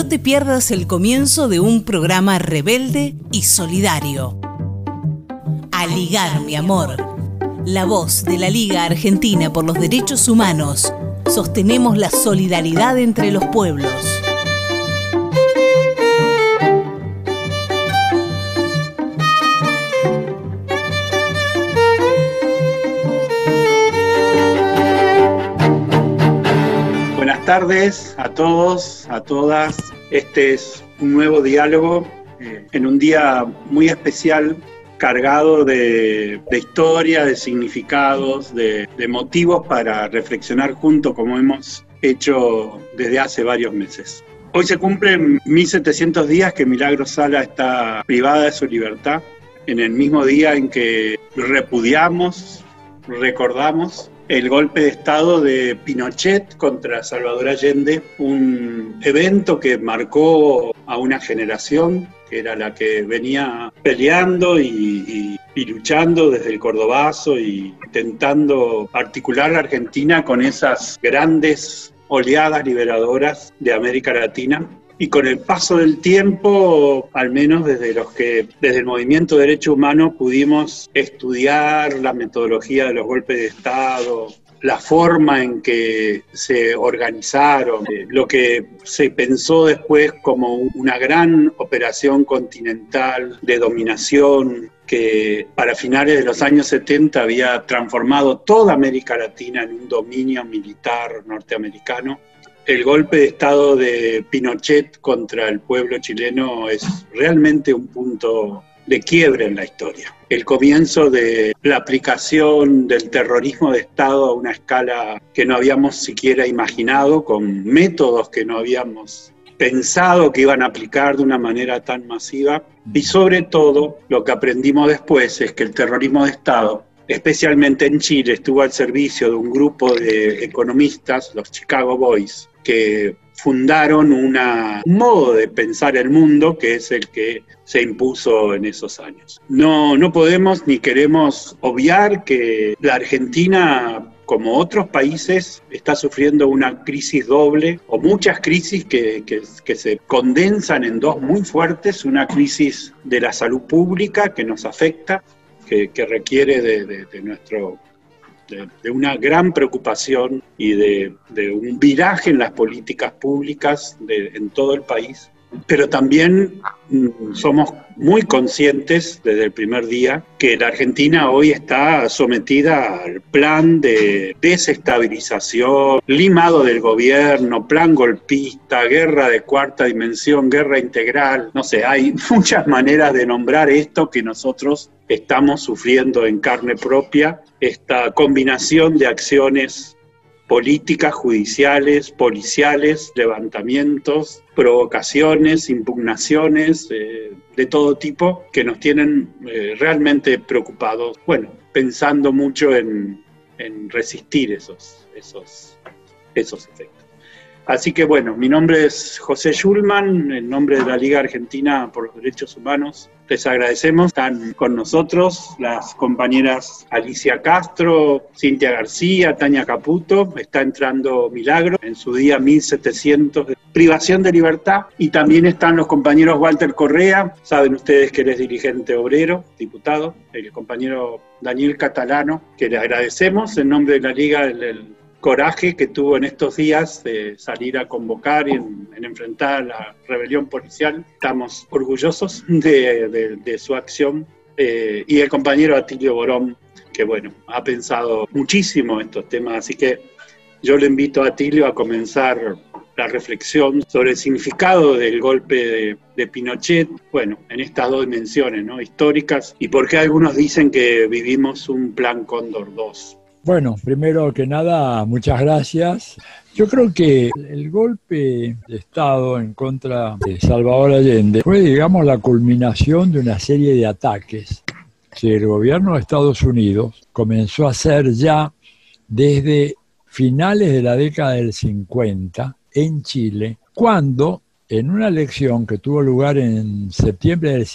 No te pierdas el comienzo de un programa rebelde y solidario. A ligar, mi amor. La voz de la Liga Argentina por los Derechos Humanos. Sostenemos la solidaridad entre los pueblos. Buenas tardes a todos, a todas. Este es un nuevo diálogo en un día muy especial, cargado de historia, de significados, de motivos para reflexionar juntos, como hemos hecho desde hace varios meses. Hoy se cumplen 1700 días que Milagros Sala está privada de su libertad, en el mismo día en que repudiamos, recordamos el golpe de Estado de Pinochet contra Salvador Allende, un evento que marcó a una generación que era la que venía peleando y luchando desde el Cordobazo y intentando articular la Argentina con esas grandes oleadas liberadoras de América Latina. Y con el paso del tiempo, al menos desde el Movimiento de Derechos Humanos pudimos estudiar la metodología de los golpes de Estado, la forma en que se organizaron, lo que se pensó después como una gran operación continental de dominación que para finales de los años 70 había transformado toda América Latina en un dominio militar norteamericano. El golpe de Estado de Pinochet contra el pueblo chileno es realmente un punto de quiebre en la historia. El comienzo de la aplicación del terrorismo de Estado a una escala que no habíamos siquiera imaginado, con métodos que no habíamos pensado que iban a aplicar de una manera tan masiva. Y sobre todo, lo que aprendimos después es que el terrorismo de Estado, especialmente en Chile, estuvo al servicio de un grupo de economistas, los Chicago Boys, que fundaron un modo de pensar el mundo que es el que se impuso en esos años. No podemos ni queremos obviar que la Argentina, como otros países, está sufriendo una crisis doble, o muchas crisis que se condensan en dos muy fuertes: una crisis de la salud pública que nos afecta, que requiere de una gran preocupación y de un viraje en las políticas públicas en todo el país. Pero también somos muy conscientes desde el primer día que la Argentina hoy está sometida al plan de desestabilización, limado del gobierno, plan golpista, guerra de cuarta dimensión, guerra integral. No sé, hay muchas maneras de nombrar esto que nosotros estamos sufriendo en carne propia, esta combinación de acciones políticas, judiciales, policiales, levantamientos, provocaciones, impugnaciones de todo tipo que nos tienen realmente preocupados, pensando mucho en resistir esos efectos. Así que mi nombre es José Schulman, en nombre de la Liga Argentina por los Derechos Humanos. Les agradecemos. Están con nosotros las compañeras Alicia Castro, Cintia García, Tania Caputo. Está entrando Milagro en su día 1700 de privación de libertad. Y también están los compañeros Walter Correa, saben ustedes que él es dirigente obrero, diputado, el compañero Daniel Catalano, que le agradecemos en nombre de la Liga el coraje que tuvo en estos días de salir a convocar y en enfrentar la rebelión policial. Estamos orgullosos de su acción. Y el compañero Atilio Borón, que ha pensado muchísimo estos temas. Así que yo le invito a Atilio a comenzar la reflexión sobre el significado del golpe de Pinochet, en estas dos dimensiones, ¿no?, históricas, y por qué algunos dicen que vivimos un plan Cóndor II. Bueno, primero que nada, muchas gracias. Yo creo que el golpe de Estado en contra de Salvador Allende fue, digamos, la culminación de una serie de ataques que el gobierno de Estados Unidos comenzó a hacer ya desde finales de la década del 50 en Chile, cuando en una elección que tuvo lugar en septiembre de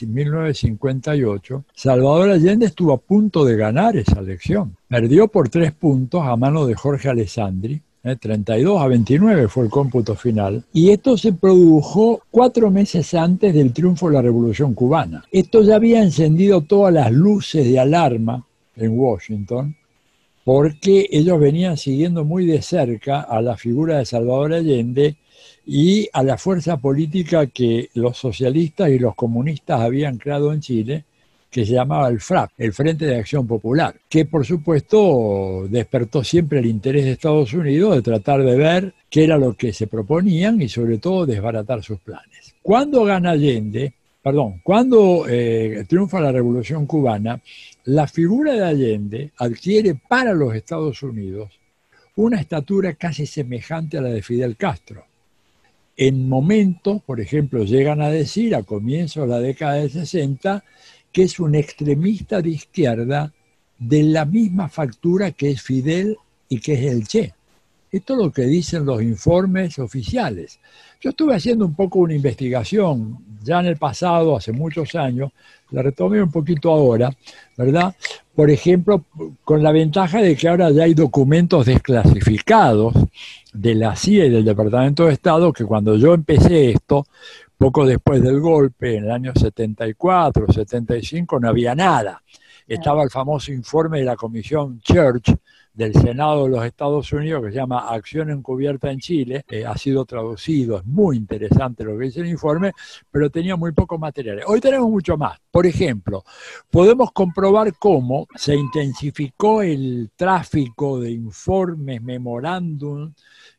1958, Salvador Allende estuvo a punto de ganar esa elección. Perdió por 3 puntos a manos de Jorge Alessandri 32-29 fue el cómputo final, y esto se produjo 4 meses antes del triunfo de la Revolución Cubana. Esto ya había encendido todas las luces de alarma en Washington, porque ellos venían siguiendo muy de cerca a la figura de Salvador Allende y a la fuerza política que los socialistas y los comunistas habían creado en Chile, que se llamaba el FRAP, el Frente de Acción Popular, que por supuesto despertó siempre el interés de Estados Unidos de tratar de ver qué era lo que se proponían y sobre todo desbaratar sus planes. Cuando gana Allende, cuando triunfa la Revolución Cubana, la figura de Allende adquiere para los Estados Unidos una estatura casi semejante a la de Fidel Castro. En momentos, por ejemplo, llegan a decir a comienzos de la década de 60 que es un extremista de izquierda de la misma factura que es Fidel y que es el Che. Esto es lo que dicen los informes oficiales. Yo estuve haciendo un poco una investigación ya en el pasado, hace muchos años, la retomé un poquito ahora, ¿verdad? Por ejemplo, con la ventaja de que ahora ya hay documentos desclasificados de la CIA y del Departamento de Estado, que cuando yo empecé esto, poco después del golpe, en el año 74, 75, no había nada. Estaba el famoso informe de la Comisión Church del Senado de los Estados Unidos, que se llama Acción Encubierta en Chile, ha sido traducido, es muy interesante lo que dice el informe, pero tenía muy pocos materiales. Hoy tenemos mucho más. Por ejemplo, podemos comprobar cómo se intensificó el tráfico de informes, memorándum,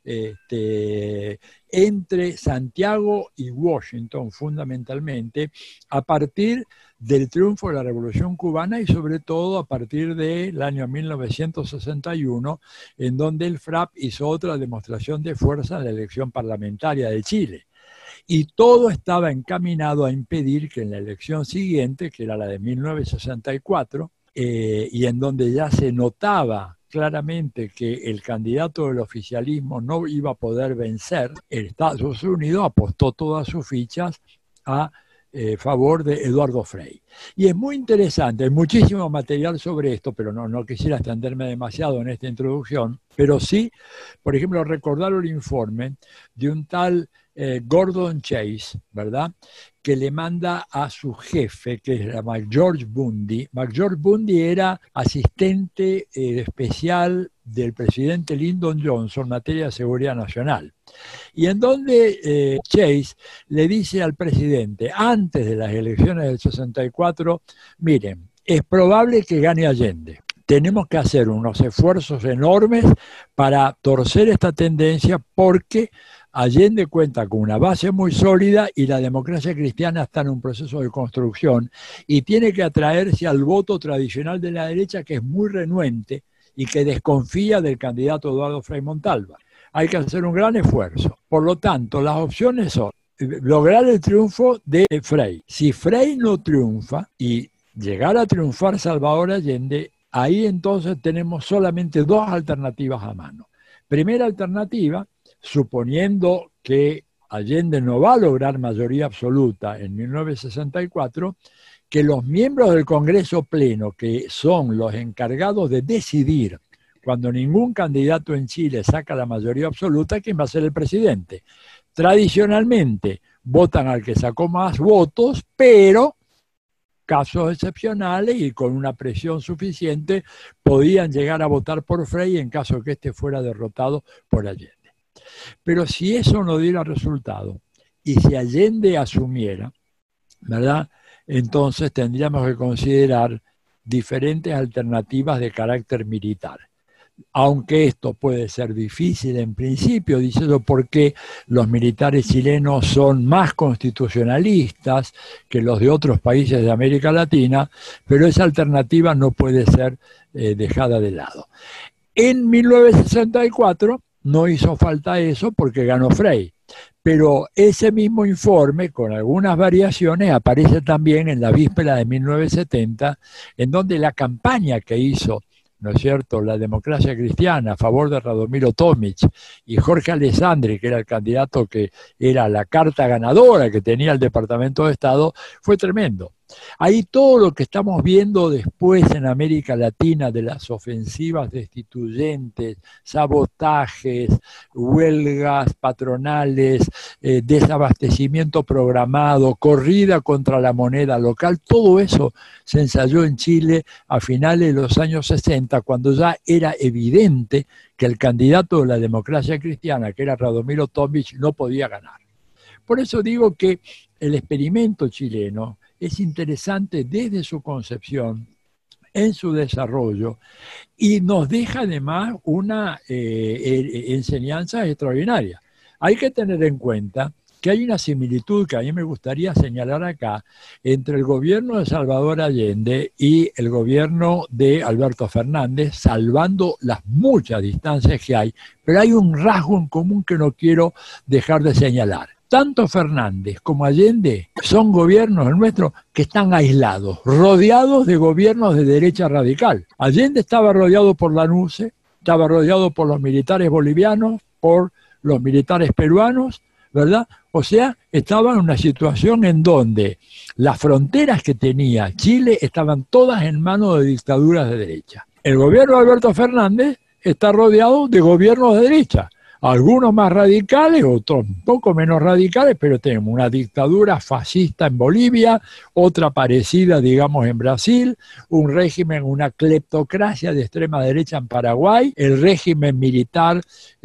entre Santiago y Washington, fundamentalmente, a partir del triunfo de la Revolución Cubana y sobre todo a partir del año 1961, en donde el FRAP hizo otra demostración de fuerza en la elección parlamentaria de Chile. Y todo estaba encaminado a impedir que en la elección siguiente, que era la de 1964, y en donde ya se notaba claramente que el candidato del oficialismo no iba a poder vencer, Estados Unidos apostó todas sus fichas a favor de Eduardo Frei. Y es muy interesante, hay muchísimo material sobre esto, pero no quisiera extenderme demasiado en esta introducción, pero sí, por ejemplo, recordar el informe de un tal Gordon Chase, ¿verdad?, que le manda a su jefe, que es McGeorge Bundy. McGeorge Bundy era asistente especial del presidente Lyndon Johnson en materia de seguridad nacional. Y en donde Chase le dice al presidente, antes de las elecciones del 64, miren, es probable que gane Allende. Tenemos que hacer unos esfuerzos enormes para torcer esta tendencia porque Allende cuenta con una base muy sólida y la democracia cristiana está en un proceso de construcción y tiene que atraerse al voto tradicional de la derecha, que es muy renuente y que desconfía del candidato Eduardo Frei Montalva. Hay que hacer un gran esfuerzo. Por lo tanto, las opciones son lograr el triunfo de Frei. Si Frei no triunfa y llegar a triunfar Salvador Allende, ahí entonces tenemos solamente dos alternativas a mano. Primera alternativa, suponiendo que Allende no va a lograr mayoría absoluta en 1964, que los miembros del Congreso Pleno, que son los encargados de decidir cuando ningún candidato en Chile saca la mayoría absoluta, ¿quién va a ser el presidente? Tradicionalmente votan al que sacó más votos, pero casos excepcionales y con una presión suficiente podían llegar a votar por Frei en caso de que éste fuera derrotado por Allende. Pero si eso no diera resultado y si Allende asumiera, ¿verdad?, entonces tendríamos que considerar diferentes alternativas de carácter militar. Aunque esto puede ser difícil en principio, dice yo, porque los militares chilenos son más constitucionalistas que los de otros países de América Latina, pero esa alternativa no puede ser dejada de lado. En 1964 no hizo falta eso porque ganó Frei, pero ese mismo informe, con algunas variaciones, aparece también en la víspera de 1970, en donde la campaña que hizo ¿no es cierto?, la democracia cristiana a favor de Radomiro Tomic y Jorge Alessandri, que era el candidato que era la carta ganadora que tenía el Departamento de Estado, fue tremendo. Ahí todo lo que estamos viendo después en América Latina de las ofensivas destituyentes, sabotajes, huelgas patronales, desabastecimiento programado, corrida contra la moneda local, todo eso se ensayó en Chile a finales de los años 60, cuando ya era evidente que el candidato de la democracia cristiana, que era Radomiro Tomic, no podía ganar. Por eso digo que el experimento chileno es interesante desde su concepción, en su desarrollo, y nos deja además una enseñanza extraordinaria. Hay que tener en cuenta que hay una similitud que a mí me gustaría señalar acá entre el gobierno de Salvador Allende y el gobierno de Alberto Fernández, salvando las muchas distancias que hay, pero hay un rasgo en común que no quiero dejar de señalar. Tanto Fernández como Allende son gobiernos, el nuestro, que están aislados, rodeados de gobiernos de derecha radical. Allende estaba rodeado por la NUCE, estaba rodeado por los militares bolivianos, por los militares peruanos, ¿verdad? O sea, estaba en una situación en donde las fronteras que tenía Chile estaban todas en manos de dictaduras de derecha. El gobierno de Alberto Fernández está rodeado de gobiernos de derecha. Algunos más radicales, otros un poco menos radicales, pero tenemos una dictadura fascista en Bolivia, otra parecida, digamos, en Brasil, un régimen, una cleptocracia de extrema derecha en Paraguay, el régimen militar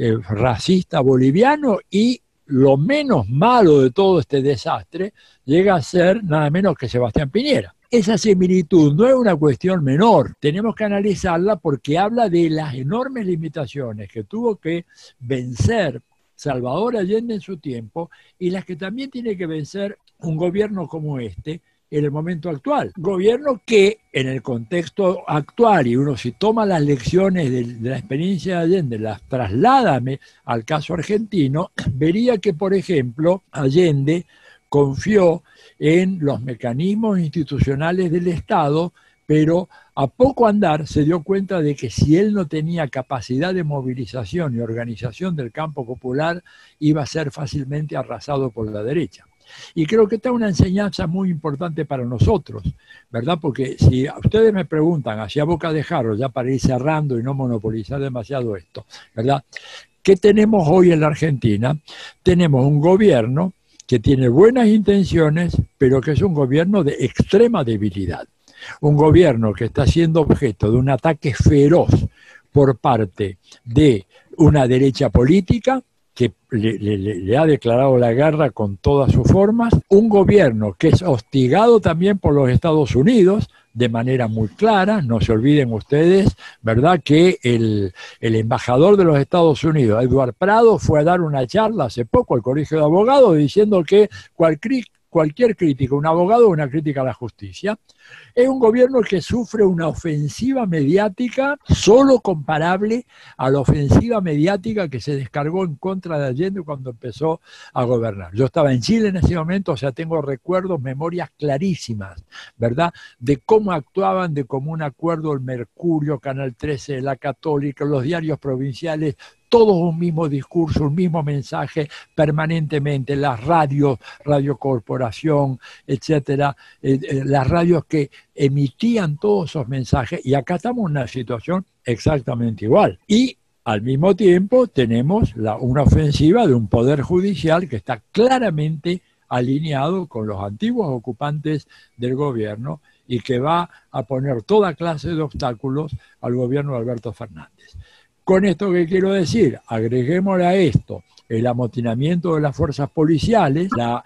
racista boliviano y lo menos malo de todo este desastre llega a ser nada menos que Sebastián Piñera. Esa similitud no es una cuestión menor, tenemos que analizarla porque habla de las enormes limitaciones que tuvo que vencer Salvador Allende en su tiempo y las que también tiene que vencer un gobierno como este en el momento actual. Gobierno que en el contexto actual, y uno si toma las lecciones de la experiencia de Allende, las traslada al caso argentino, vería que, por ejemplo, Allende confió en los mecanismos institucionales del Estado, pero a poco andar se dio cuenta de que si él no tenía capacidad de movilización y organización del campo popular, iba a ser fácilmente arrasado por la derecha. Y creo que esta es una enseñanza muy importante para nosotros, ¿verdad? Porque si ustedes me preguntan, hacia boca de jarro, ya para ir cerrando y no monopolizar demasiado esto, ¿verdad? ¿Qué tenemos hoy en la Argentina? Tenemos un gobierno que tiene buenas intenciones, pero que es un gobierno de extrema debilidad. Un gobierno que está siendo objeto de un ataque feroz por parte de una derecha política que le ha declarado la guerra con todas sus formas, un gobierno que es hostigado también por los Estados Unidos de manera muy clara. No se olviden ustedes, ¿verdad?, que el embajador de los Estados Unidos, Edward Prado, fue a dar una charla hace poco al Colegio de Abogados diciendo que cualquier crítica, un abogado, una crítica a la justicia. Es un gobierno que sufre una ofensiva mediática solo comparable a la ofensiva mediática que se descargó en contra de Allende cuando empezó a gobernar. Yo estaba en Chile en ese momento, o sea, tengo recuerdos, memorias clarísimas, ¿verdad?, de cómo actuaban de común acuerdo el Mercurio, Canal 13, La Católica, los diarios provinciales, todos un mismo discurso, un mismo mensaje permanentemente, las radios, Radio Corporación, etcétera, las radios que emitían todos esos mensajes, y acá estamos en una situación exactamente igual. Y al mismo tiempo tenemos una ofensiva de un poder judicial que está claramente alineado con los antiguos ocupantes del gobierno y que va a poner toda clase de obstáculos al gobierno de Alberto Fernández. Con esto, ¿qué quiero decir? Agreguémosle a esto el amotinamiento de las fuerzas policiales, la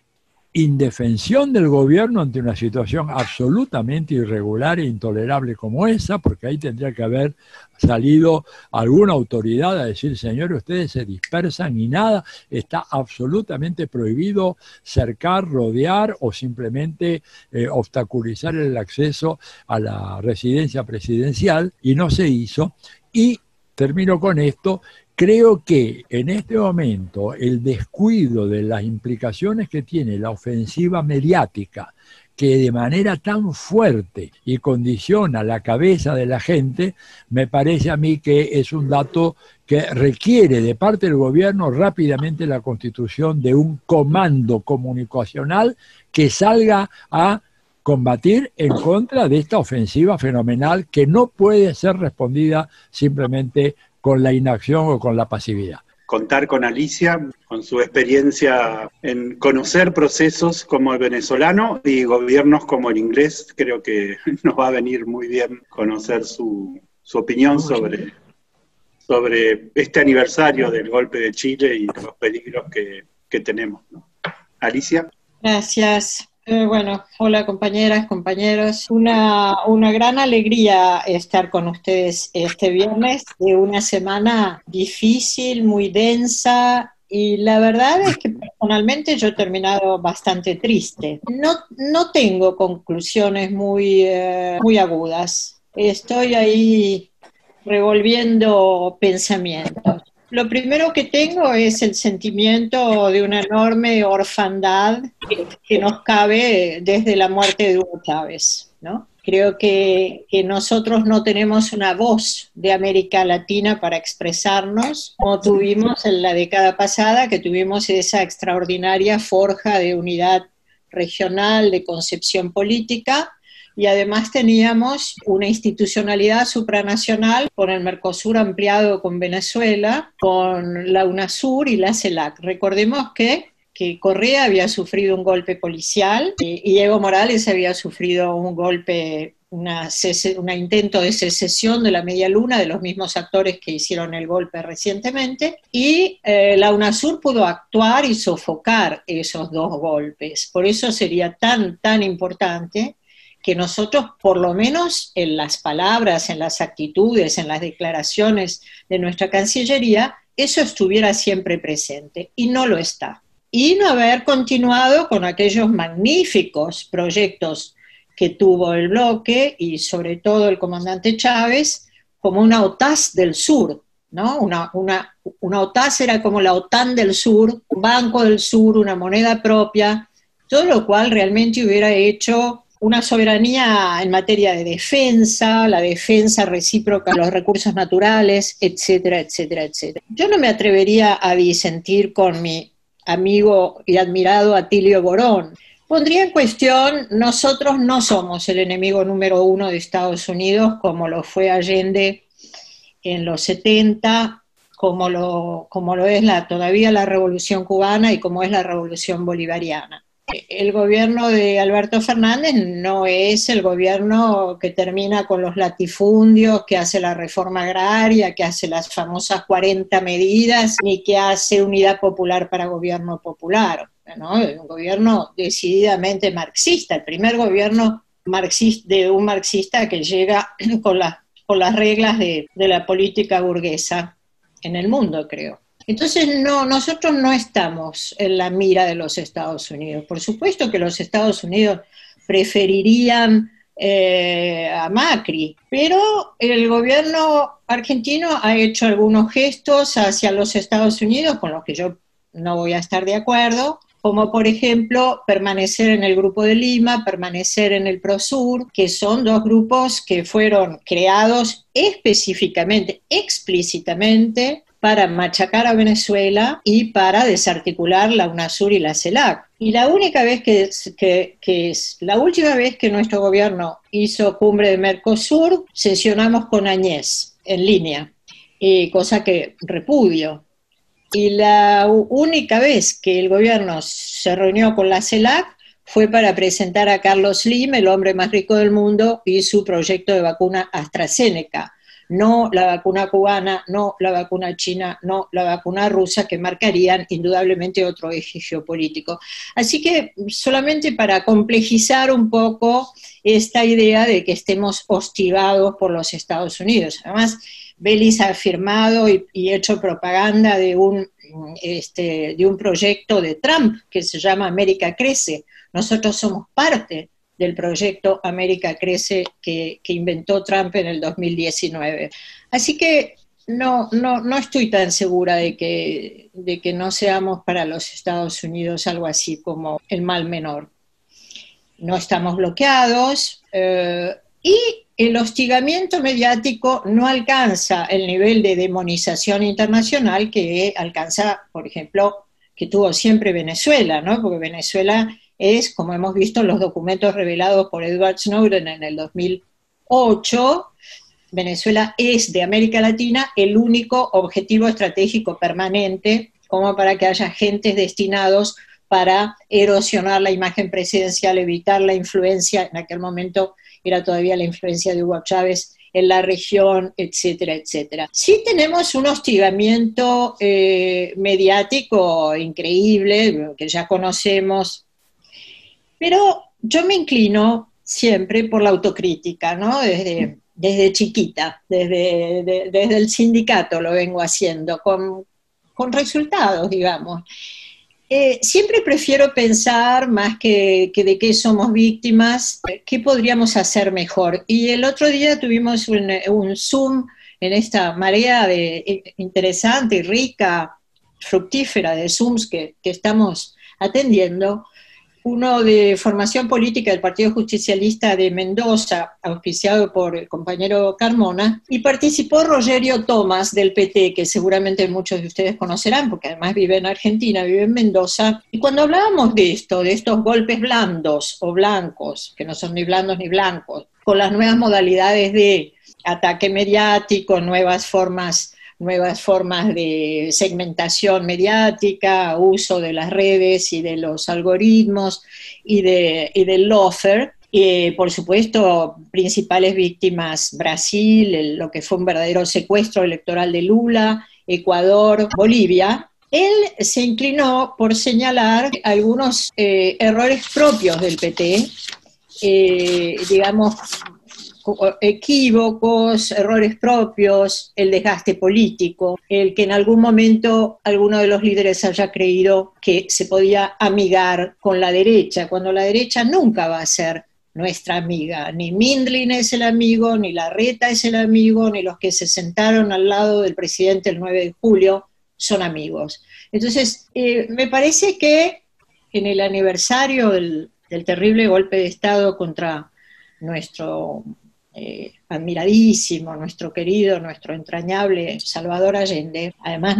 indefensión del gobierno ante una situación absolutamente irregular e intolerable como esa, porque ahí tendría que haber salido alguna autoridad a decir, señores, ustedes se dispersan y nada, está absolutamente prohibido cercar, rodear o simplemente obstaculizar el acceso a la residencia presidencial, y no se hizo. Y termino con esto. Creo que en este momento el descuido de las implicaciones que tiene la ofensiva mediática que de manera tan fuerte y condiciona la cabeza de la gente, me parece a mí que es un dato que requiere de parte del gobierno rápidamente la constitución de un comando comunicacional que salga a combatir en contra de esta ofensiva fenomenal que no puede ser respondida simplemente con la inacción o con la pasividad. Contar con Alicia, con su experiencia en conocer procesos como el venezolano y gobiernos como el inglés, creo que nos va a venir muy bien conocer su opinión sobre este aniversario del golpe de Chile y los peligros que tenemos, ¿no? Alicia. Gracias. Bueno, hola compañeras, compañeros. Una gran alegría estar con ustedes este viernes de una semana difícil, muy densa, y la verdad es que personalmente yo he terminado bastante triste. No tengo conclusiones muy agudas. Estoy ahí revolviendo pensamientos. Lo primero que tengo es el sentimiento de una enorme orfandad que nos cabe desde la muerte de Hugo Chávez, ¿no? Creo que nosotros no tenemos una voz de América Latina para expresarnos, como tuvimos en la década pasada, que tuvimos esa extraordinaria forja de unidad regional, de concepción política, y además teníamos una institucionalidad supranacional con el Mercosur ampliado con Venezuela, con la UNASUR y la CELAC. Recordemos que Correa había sufrido un golpe policial y Evo Morales había sufrido un golpe, un intento de secesión de la Media Luna, de los mismos actores que hicieron el golpe recientemente, y la UNASUR pudo actuar y sofocar esos dos golpes. Por eso sería tan importante que nosotros, por lo menos en las palabras, en las actitudes, en las declaraciones de nuestra Cancillería, eso estuviera siempre presente, y no lo está. Y no haber continuado con aquellos magníficos proyectos que tuvo el bloque, y sobre todo el comandante Chávez, como una OTAS del sur, ¿no? Una OTAS era como la OTAN del sur, un banco del sur, una moneda propia, todo lo cual realmente hubiera hecho una soberanía en materia de defensa, la defensa recíproca de los recursos naturales, etcétera, etcétera, etcétera. Yo no me atrevería a disentir con mi amigo y admirado Atilio Borón. Pondría en cuestión, nosotros no somos el enemigo número uno de Estados Unidos, como lo fue Allende en los 70, como lo es todavía la Revolución Cubana y como es la Revolución Bolivariana. El gobierno de Alberto Fernández no es el gobierno que termina con los latifundios, que hace la reforma agraria, que hace las famosas 40 medidas, ni que hace unidad popular para gobierno popular, ¿no? Es un gobierno decididamente marxista, el primer gobierno de un marxista que llega con las reglas de la política burguesa en el mundo, creo. Entonces, nosotros no estamos en la mira de los Estados Unidos. Por supuesto que los Estados Unidos preferirían a Macri, pero el gobierno argentino ha hecho algunos gestos hacia los Estados Unidos con los que yo no voy a estar de acuerdo, como por ejemplo permanecer en el Grupo de Lima, permanecer en el Prosur, que son dos grupos que fueron creados específicamente, explícitamente, para machacar a Venezuela y para desarticular la UNASUR y la CELAC. Y la única vez la última vez que nuestro gobierno hizo cumbre de Mercosur, sesionamos con Añez en línea, cosa que repudio. Y la única vez que el gobierno se reunió con la CELAC fue para presentar a Carlos Slim, el hombre más rico del mundo, y su proyecto de vacuna AstraZeneca. No la vacuna cubana, no la vacuna china, no la vacuna rusa, que marcarían indudablemente otro eje geopolítico. Así que solamente para complejizar un poco esta idea de que estemos hostigados por los Estados Unidos. Además, Belis ha afirmado y hecho propaganda de un proyecto de Trump que se llama América Crece. Nosotros somos parte del proyecto América Crece que inventó Trump en el 2019. Así que no estoy tan segura de que no seamos para los Estados Unidos algo así como el mal menor. no estamos bloqueados, y el hostigamiento mediático no alcanza el nivel de demonización internacional que alcanza, por ejemplo, que tuvo siempre Venezuela, ¿no? Porque Venezuela es, como hemos visto en los documentos revelados por Edward Snowden en el 2008, Venezuela es de América Latina el único objetivo estratégico permanente como para que haya agentes destinados para erosionar la imagen presidencial, evitar la influencia, en aquel momento era todavía la influencia de Hugo Chávez en la región, etcétera, etcétera. Sí tenemos un hostigamiento mediático increíble, que ya conocemos, pero yo me inclino siempre por la autocrítica, ¿no? Desde chiquita, desde el sindicato lo vengo haciendo, con resultados, digamos. Siempre prefiero pensar más que de qué somos víctimas, qué podríamos hacer mejor. Y el otro día tuvimos un Zoom en esta marea interesante, rica, fructífera de Zooms que estamos atendiendo, uno de formación política del Partido Justicialista de Mendoza, auspiciado por el compañero Carmona, y participó Rogerio Tomás del PT, que seguramente muchos de ustedes conocerán, porque además vive en Argentina, vive en Mendoza, y cuando hablábamos de estos golpes blandos o blancos, que no son ni blandos ni blancos, con las nuevas modalidades de ataque mediático, nuevas formas de segmentación mediática, uso de las redes y de los algoritmos y del lawfare. Por supuesto, principales víctimas Brasil, lo que fue un verdadero secuestro electoral de Lula, Ecuador, Bolivia. Él se inclinó por señalar algunos errores propios del PT, digamos, equívocos, errores propios, el desgaste político, el que en algún momento alguno de los líderes haya creído que se podía amigar con la derecha, cuando la derecha nunca va a ser nuestra amiga. Ni Mindlin es el amigo, ni Larreta es el amigo, ni los que se sentaron al lado del presidente el 9 de julio son amigos. Entonces, me parece que en el aniversario del terrible golpe de Estado contra nuestro admiradísimo, nuestro querido, nuestro entrañable Salvador Allende. Además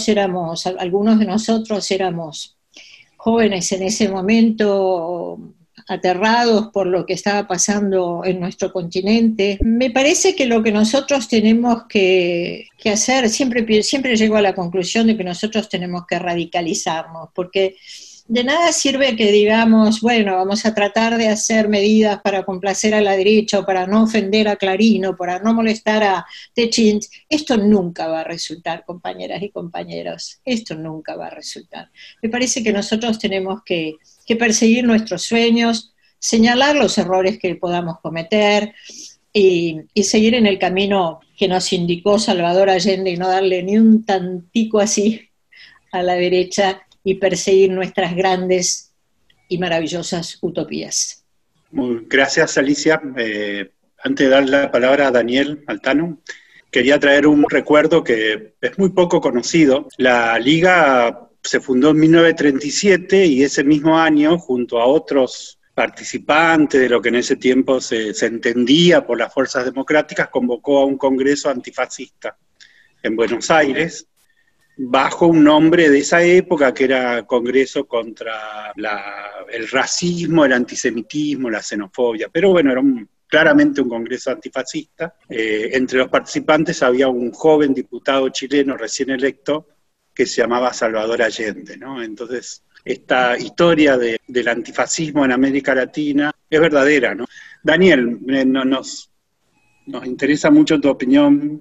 algunos de nosotros éramos jóvenes en ese momento, aterrados por lo que estaba pasando en nuestro continente. Me parece que lo que nosotros tenemos que hacer, siempre llego a la conclusión de que nosotros tenemos que radicalizarnos, porque de nada sirve que digamos, bueno, vamos a tratar de hacer medidas para complacer a la derecha o para no ofender a Clarín o para no molestar a Techint. Esto nunca va a resultar, compañeras y compañeros, esto nunca va a resultar. Me parece que nosotros tenemos que perseguir nuestros sueños, señalar los errores que podamos cometer y seguir en el camino que nos indicó Salvador Allende y no darle ni un tantico así a la derecha y perseguir nuestras grandes y maravillosas utopías. Gracias, Alicia. Antes de dar la palabra a Daniel Altano, quería traer un recuerdo que es muy poco conocido. La Liga se fundó en 1937 y ese mismo año, junto a otros participantes de lo que en ese tiempo se entendía por las fuerzas democráticas, convocó a un congreso antifascista en Buenos Aires, bajo un nombre de esa época que era Congreso contra el racismo, el antisemitismo, la xenofobia. Pero bueno, era claramente un congreso antifascista. Entre los participantes había un joven diputado chileno recién electo que se llamaba Salvador Allende, ¿no? Entonces, esta historia del antifascismo en América Latina es verdadera, ¿no? Daniel, nos interesa mucho tu opinión,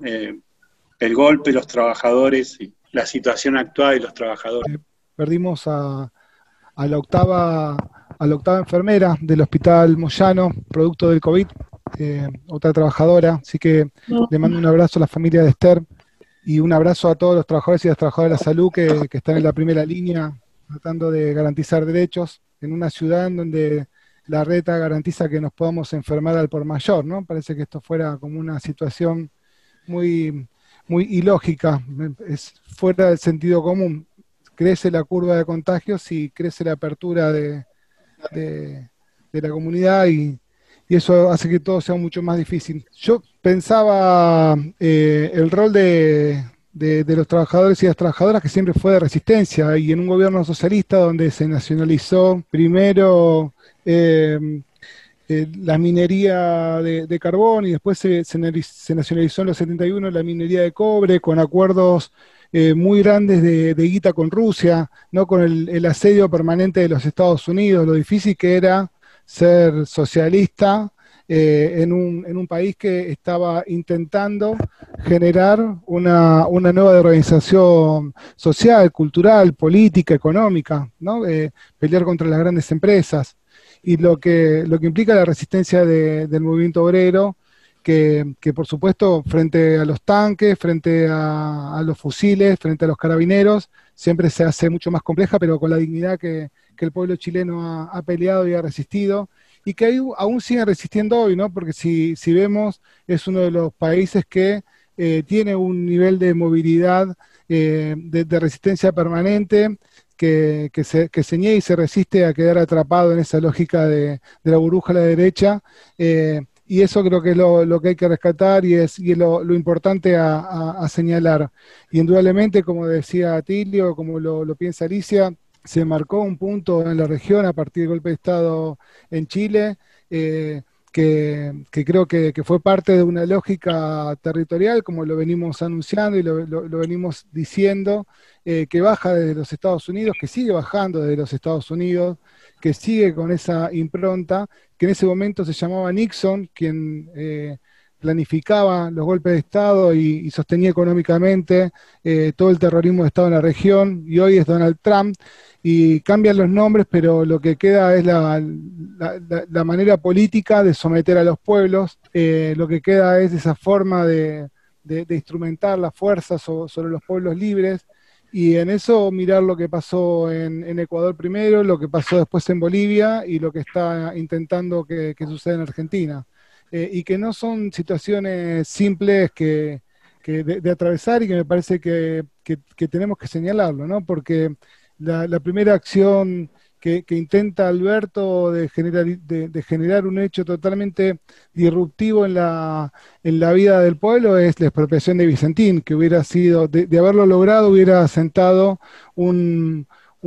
el golpe, los trabajadores y la situación actual de los trabajadores. Perdimos a la octava enfermera del Hospital Moyano, producto del COVID, otra trabajadora, así que le mando un abrazo a la familia de Esther y un abrazo a todos los trabajadores y las trabajadoras de la salud que están en la primera línea tratando de garantizar derechos en una ciudad en donde la reta garantiza que nos podamos enfermar al por mayor, ¿no? Parece que esto fuera como una situación muy ilógica, es fuera del sentido común. Crece la curva de contagios y crece la apertura de de la comunidad y eso hace que todo sea mucho más difícil. Yo pensaba el rol de los trabajadores y las trabajadoras que siempre fue de resistencia y en un gobierno socialista donde se nacionalizó primero la minería de carbón y después se nacionalizó en los 71 la minería de cobre con acuerdos muy grandes de guita con Rusia, ¿no? Con el asedio permanente de los Estados Unidos, lo difícil que era ser socialista en un país que estaba intentando generar una nueva organización social, cultural, política, económica, ¿no? Pelear contra las grandes empresas. Y lo que implica la resistencia del movimiento obrero, que por supuesto frente a los tanques, frente a los fusiles, frente a los carabineros, siempre se hace mucho más compleja, pero con la dignidad que el pueblo chileno ha peleado y ha resistido, y que aún sigue resistiendo hoy, ¿no? Porque si vemos, es uno de los países que tiene un nivel de movilidad, de resistencia permanente, que se niega y se resiste a quedar atrapado en esa lógica de la burbuja a la derecha, y eso creo que es lo que hay que rescatar y es lo importante a señalar. Y indudablemente, como decía Atilio, como lo piensa Alicia, se marcó un punto en la región a partir del golpe de Estado en Chile, que creo que fue parte de una lógica territorial, como lo venimos anunciando y lo venimos diciendo, que baja desde los Estados Unidos, que sigue bajando desde los Estados Unidos, que sigue con esa impronta, que en ese momento se llamaba Nixon, quien planificaba los golpes de Estado y sostenía económicamente todo el terrorismo de Estado en la región, y hoy es Donald Trump, y cambian los nombres, pero lo que queda es la manera política de someter a los pueblos, lo que queda es esa forma de instrumentar la fuerza sobre los pueblos libres, y en eso mirar lo que pasó en Ecuador primero, lo que pasó después en Bolivia, y lo que está intentando que suceda en Argentina. Y que no son situaciones simples de atravesar, y que me parece que tenemos que señalarlo, ¿no? Porque la primera acción que intenta Alberto de generar un hecho totalmente disruptivo en la vida del pueblo es la expropiación de Vicentín, que hubiera sido, de haberlo logrado, hubiera sentado un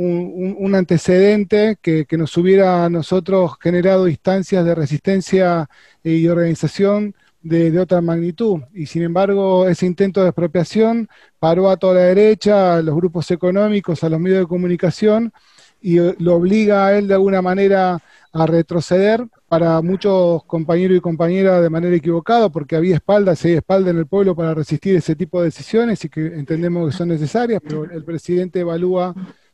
antecedente que nos hubiera a nosotros generado instancias de resistencia y organización de otra magnitud. Y sin embargo, ese intento de expropiación paró a toda la derecha, a los grupos económicos, a los medios de comunicación, y lo obliga a él de alguna manera a retroceder, para muchos compañeros y compañeras de manera equivocada, porque había espalda, se hay espalda en el pueblo para resistir ese tipo de decisiones y que entendemos que son necesarias, pero el presidente evalúa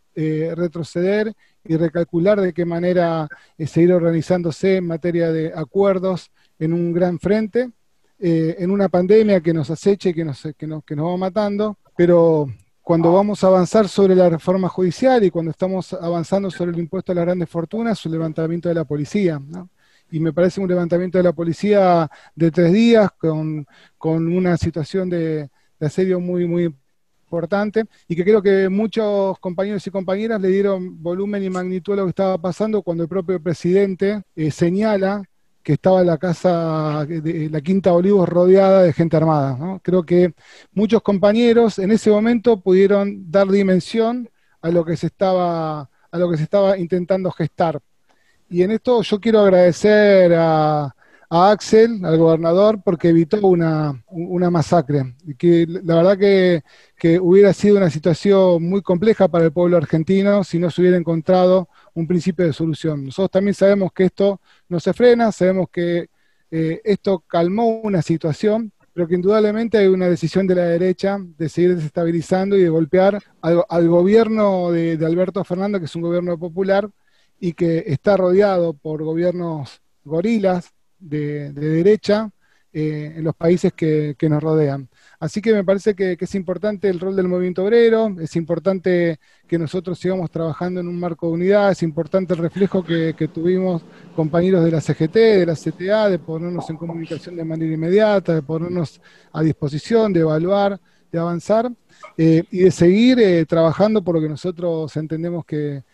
retroceder y recalcular de qué manera seguir organizándose en materia de acuerdos en un gran frente, en una pandemia que nos acecha y que nos va matando, pero cuando vamos a avanzar sobre la reforma judicial y cuando estamos avanzando sobre el impuesto a las grandes fortunas, un levantamiento de la policía, ¿no? Y me parece un levantamiento de la policía de 3 días con una situación de asedio muy, muy importante, y que creo que muchos compañeros y compañeras le dieron volumen y magnitud a lo que estaba pasando cuando el propio presidente señala que estaba la casa de la Quinta Olivos rodeada de gente armada, ¿no? Creo que muchos compañeros en ese momento pudieron dar dimensión a lo que se estaba intentando gestar. Y en esto yo quiero agradecer a Axel, al gobernador, porque evitó una masacre, y que la verdad que hubiera sido una situación muy compleja para el pueblo argentino si no se hubiera encontrado un principio de solución. Nosotros también sabemos que esto no se frena, sabemos que esto calmó una situación, pero que indudablemente hay una decisión de la derecha de seguir desestabilizando y de golpear al gobierno de Alberto Fernández, que es un gobierno popular y que está rodeado por gobiernos gorilas de derecha en los países que nos rodean. Así que me parece que es importante el rol del movimiento obrero, es importante que nosotros sigamos trabajando en un marco de unidad, es importante el reflejo que tuvimos compañeros de la CGT, de la CTA, de ponernos en comunicación de manera inmediata, de ponernos a disposición, de evaluar, de avanzar y de seguir trabajando por lo que nosotros entendemos que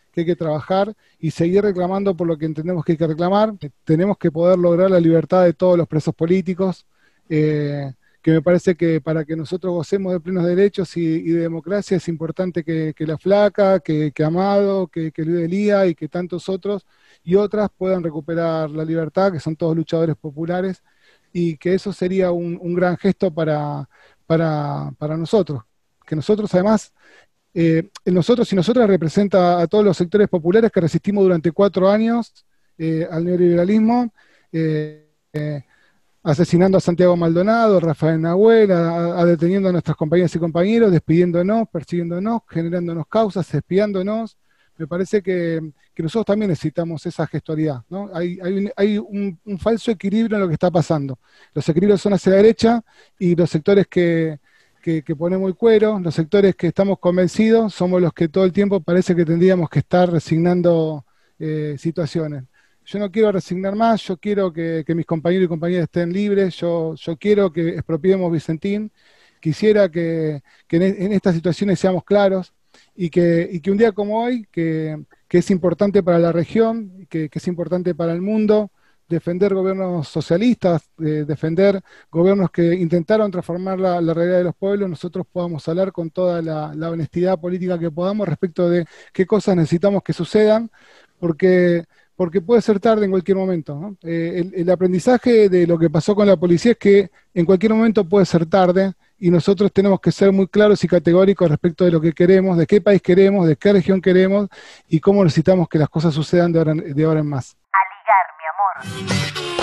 que hay que trabajar y seguir reclamando por lo que entendemos que hay que reclamar. Tenemos que poder lograr la libertad de todos los presos políticos, que me parece que para que nosotros gocemos de plenos derechos y de democracia es importante que La Flaca, que Amado, que Luis Delía y que tantos otros y otras puedan recuperar la libertad, que son todos luchadores populares, y que eso sería un gran gesto para nosotros. Que nosotros además, nosotros y nosotras representa a todos los sectores populares que resistimos durante 4 años al neoliberalismo, asesinando a Santiago Maldonado, a Rafael Nahuel, a deteniendo a nuestras compañeras y compañeros, despidiéndonos, persiguiéndonos, generándonos causas, espiándonos. Me parece que nosotros también necesitamos esa gestualidad, ¿no? Hay un falso equilibrio en lo que está pasando. Los equilibrios son hacia la derecha y los sectores que ponemos el cuero, los sectores que estamos convencidos, somos los que todo el tiempo parece que tendríamos que estar resignando situaciones. Yo no quiero resignar más, yo quiero que mis compañeros y compañeras estén libres, yo quiero que expropiemos Vicentín, quisiera que en estas situaciones seamos claros y que un día como hoy, que es importante para la región, que es importante para el mundo, defender gobiernos socialistas, defender gobiernos que intentaron transformar la realidad de los pueblos, nosotros podamos hablar con toda la honestidad política que podamos respecto de qué cosas necesitamos que sucedan, porque puede ser tarde en cualquier momento, ¿no? El aprendizaje de lo que pasó con la policía es que en cualquier momento puede ser tarde y nosotros tenemos que ser muy claros y categóricos respecto de lo que queremos, de qué país queremos, de qué región queremos y cómo necesitamos que las cosas sucedan de ahora en más. A ligar, mi amor.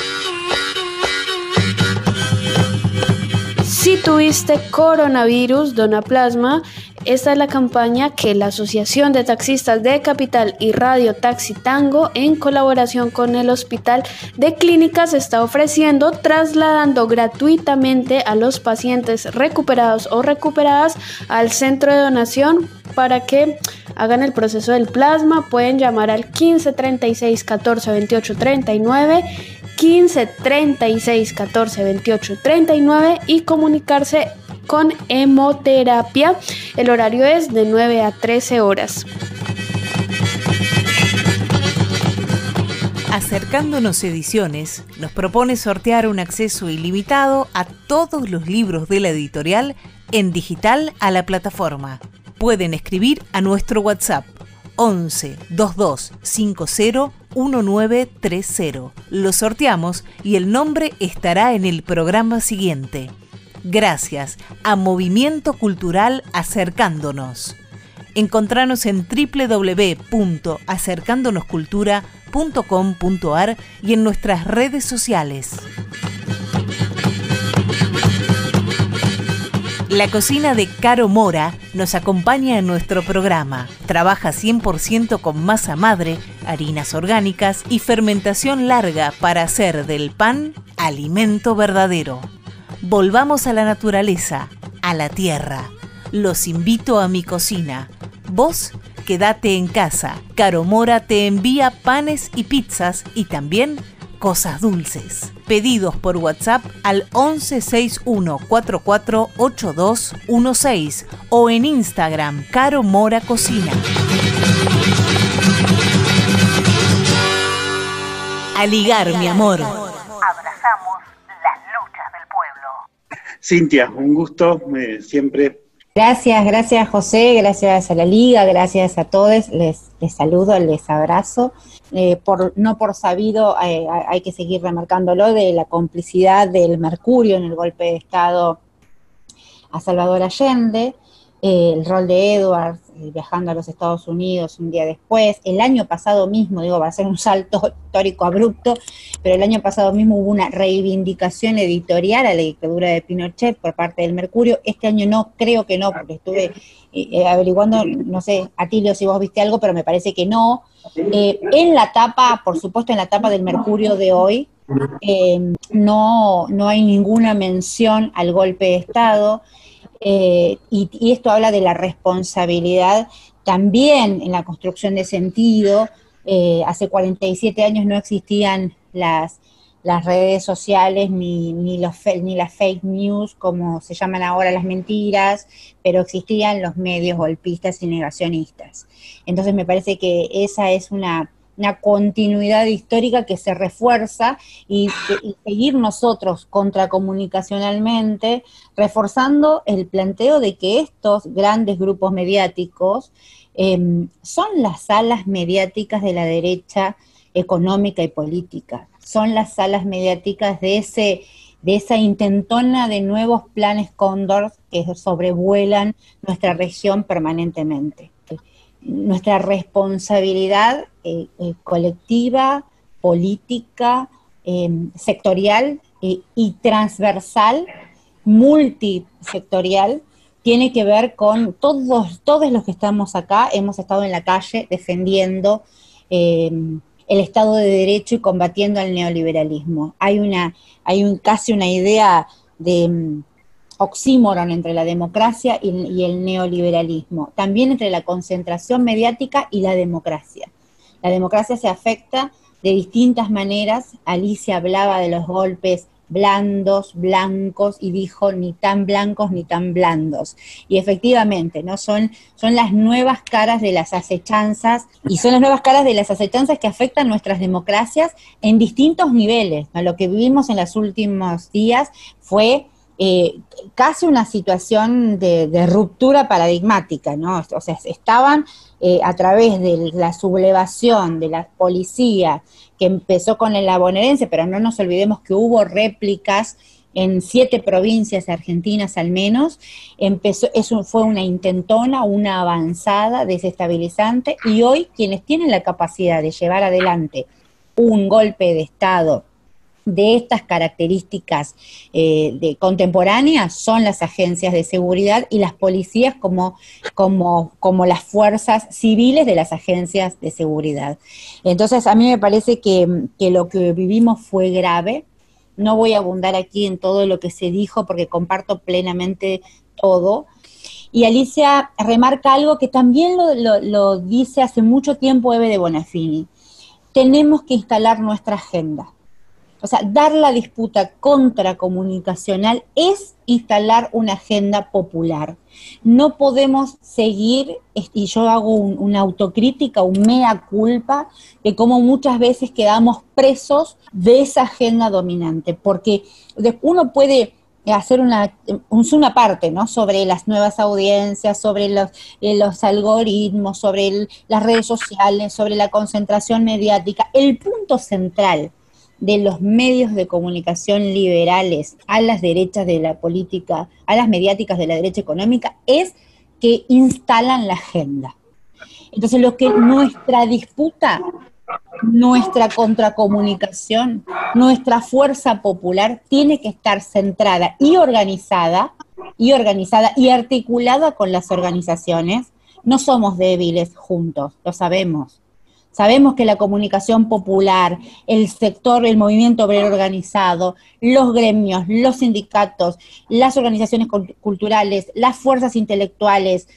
Si tuviste coronavirus, dona plasma. Esta es la campaña que la Asociación de Taxistas de Capital y Radio Taxi Tango, en colaboración con el Hospital de Clínicas, está ofreciendo, trasladando gratuitamente a los pacientes recuperados o recuperadas al centro de donación para que hagan el proceso del plasma. Pueden llamar al 15 36 14 28 39, 15 36 14 28 39 y comunicarse con hemoterapia. El horario es de 9 a 13 horas. Acercándonos Ediciones nos propone sortear un acceso ilimitado a todos los libros de la editorial en digital a la plataforma. Pueden escribir a nuestro WhatsApp 11 22 50 1930. Lo sorteamos y el nombre estará en el programa siguiente. Gracias a Movimiento Cultural Acercándonos. Encontranos en www.acercándonoscultura.com.ar y en nuestras redes sociales. La cocina de Caro Mora nos acompaña en nuestro programa. Trabaja 100% con masa madre, harinas orgánicas y fermentación larga para hacer del pan alimento verdadero. Volvamos a la naturaleza, a la tierra. Los invito a mi cocina. Vos, quédate en casa. Caro Mora te envía panes y pizzas y también cosas dulces. Pedidos por WhatsApp al 1161 44 8216 o en Instagram Caro Mora Cocina. A ligar, mi amor. Abrazamos las luchas del pueblo. Cintia, un gusto, siempre. Gracias José, gracias a la Liga, gracias a todos, les saludo, les abrazo. No por sabido, hay que seguir remarcándolo, de la complicidad del Mercurio en el golpe de Estado a Salvador Allende, el rol de Edwards viajando a los Estados Unidos un día después. El año pasado mismo, va a ser un salto histórico abrupto, pero el año pasado mismo hubo una reivindicación editorial a la dictadura de Pinochet por parte del Mercurio. Este año no, creo que no, porque estuve averiguando, no sé, Atilio, si vos viste algo, pero me parece que no. En la tapa, por supuesto, en la tapa del Mercurio de hoy, no hay ninguna mención al golpe de Estado. Y esto habla de la responsabilidad también en la construcción de sentido. Hace 47 años no existían las las redes sociales ni las fake news, como se llaman ahora las mentiras, pero existían los medios golpistas y negacionistas. Entonces me parece que esa es una continuidad histórica que se refuerza y seguir nosotros contracomunicacionalmente reforzando el planteo de que estos grandes grupos mediáticos son las alas mediáticas de la derecha económica y política, son las alas mediáticas de esa intentona de nuevos planes cóndor que sobrevuelan nuestra región permanentemente. Nuestra responsabilidad colectiva, política, sectorial y transversal, multisectorial, tiene que ver con todos los que estamos acá, hemos estado en la calle defendiendo el Estado de Derecho y combatiendo al neoliberalismo. Hay casi una idea de oxímoron entre la democracia y el neoliberalismo, también entre la concentración mediática y la democracia. La democracia se afecta de distintas maneras. Alicia hablaba de los golpes blandos, blancos, y dijo ni tan blancos ni tan blandos. Y efectivamente, ¿no? Son las nuevas caras de las acechanzas, y son las nuevas caras de las acechanzas que afectan nuestras democracias en distintos niveles, ¿no? Lo que vivimos en los últimos días fue casi una situación de ruptura paradigmática, ¿no? O sea, estaban a través de la sublevación de la policía, que empezó con la bonaerense, pero no nos olvidemos que hubo réplicas en 7 provincias argentinas al menos. Eso fue una intentona, una avanzada desestabilizante, y hoy quienes tienen la capacidad de llevar adelante un golpe de Estado de estas características contemporáneas son las agencias de seguridad y las policías como las fuerzas civiles de las agencias de seguridad. Entonces a mí me parece que lo que vivimos fue grave. No voy a abundar aquí en todo lo que se dijo porque comparto plenamente todo. Y Alicia remarca algo que también lo dice hace mucho tiempo Eve de Bonafini. Tenemos que instalar nuestra agenda. O sea, dar la disputa contracomunicacional es instalar una agenda popular. No podemos seguir, y yo hago una autocrítica, un mea culpa, de cómo muchas veces quedamos presos de esa agenda dominante, porque uno puede hacer un zoom aparte, ¿no? Sobre las nuevas audiencias, sobre los algoritmos, sobre las redes sociales, sobre la concentración mediática. El punto central de los medios de comunicación liberales a las derechas de la política, a las mediáticas de la derecha económica, es que instalan la agenda. Entonces nuestra disputa, nuestra contracomunicación, nuestra fuerza popular tiene que estar centrada y organizada y articulada con las organizaciones. No somos débiles juntos, lo sabemos. Sabemos que la comunicación popular, el sector, el movimiento obrero organizado, los gremios, los sindicatos, las organizaciones culturales, las fuerzas intelectuales,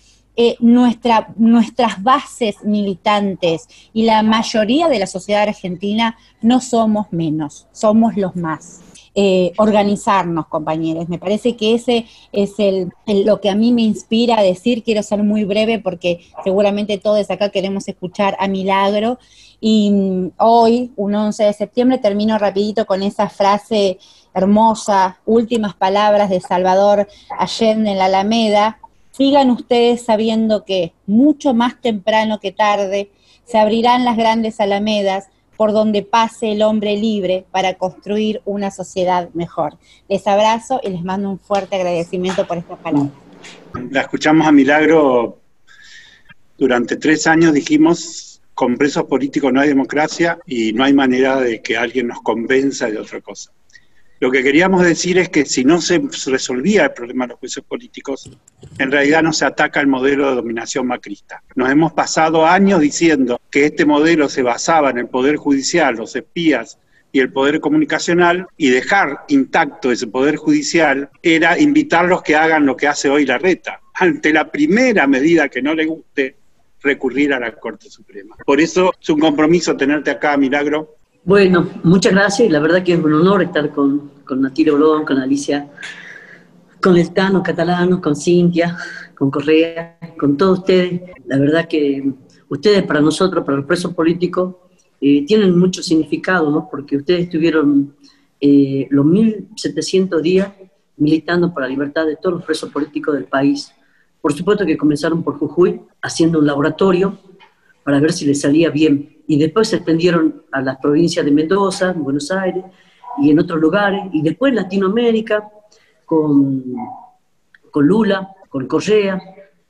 nuestras bases militantes y la mayoría de la sociedad argentina no somos menos, somos los más. Organizarnos, compañeros. Me parece que ese es lo que a mí me inspira a decir. Quiero ser muy breve porque seguramente todos acá queremos escuchar a Milagro. Y hoy, un 11 de septiembre, termino rapidito con esa frase hermosa, últimas palabras de Salvador Allende en la Alameda. Sigan ustedes sabiendo que mucho más temprano que tarde se abrirán las grandes alamedas por donde pase el hombre libre para construir una sociedad mejor. Les abrazo y les mando un fuerte agradecimiento por estas palabras. La escuchamos a Milagro. Durante 3 años dijimos, con presos políticos no hay democracia y no hay manera de que alguien nos convenza de otra cosa. Lo que queríamos decir es que si no se resolvía el problema de los presos políticos, en realidad no se ataca el modelo de dominación macrista. Nos hemos pasado años diciendo que este modelo se basaba en el poder judicial, los espías y el poder comunicacional, y dejar intacto ese poder judicial era invitarlos que hagan lo que hace hoy Larreta. Ante la primera medida que no le guste, recurrir a la Corte Suprema. Por eso es un compromiso tenerte acá, Milagro, Bueno, muchas gracias. La verdad que es un honor estar con Natilio Blon, con Alicia, con el Tano Catalano, con Cintia, con Correa, con todos ustedes. La verdad que ustedes para nosotros, para los presos políticos, tienen mucho significado, ¿no? Porque ustedes estuvieron los 1700 días militando por la libertad de todos los presos políticos del país. Por supuesto que comenzaron por Jujuy, haciendo un laboratorio para ver si les salía bien. Y después se extendieron a las provincias de Mendoza, Buenos Aires y en otros lugares. Y después en Latinoamérica, con Lula, con Correa,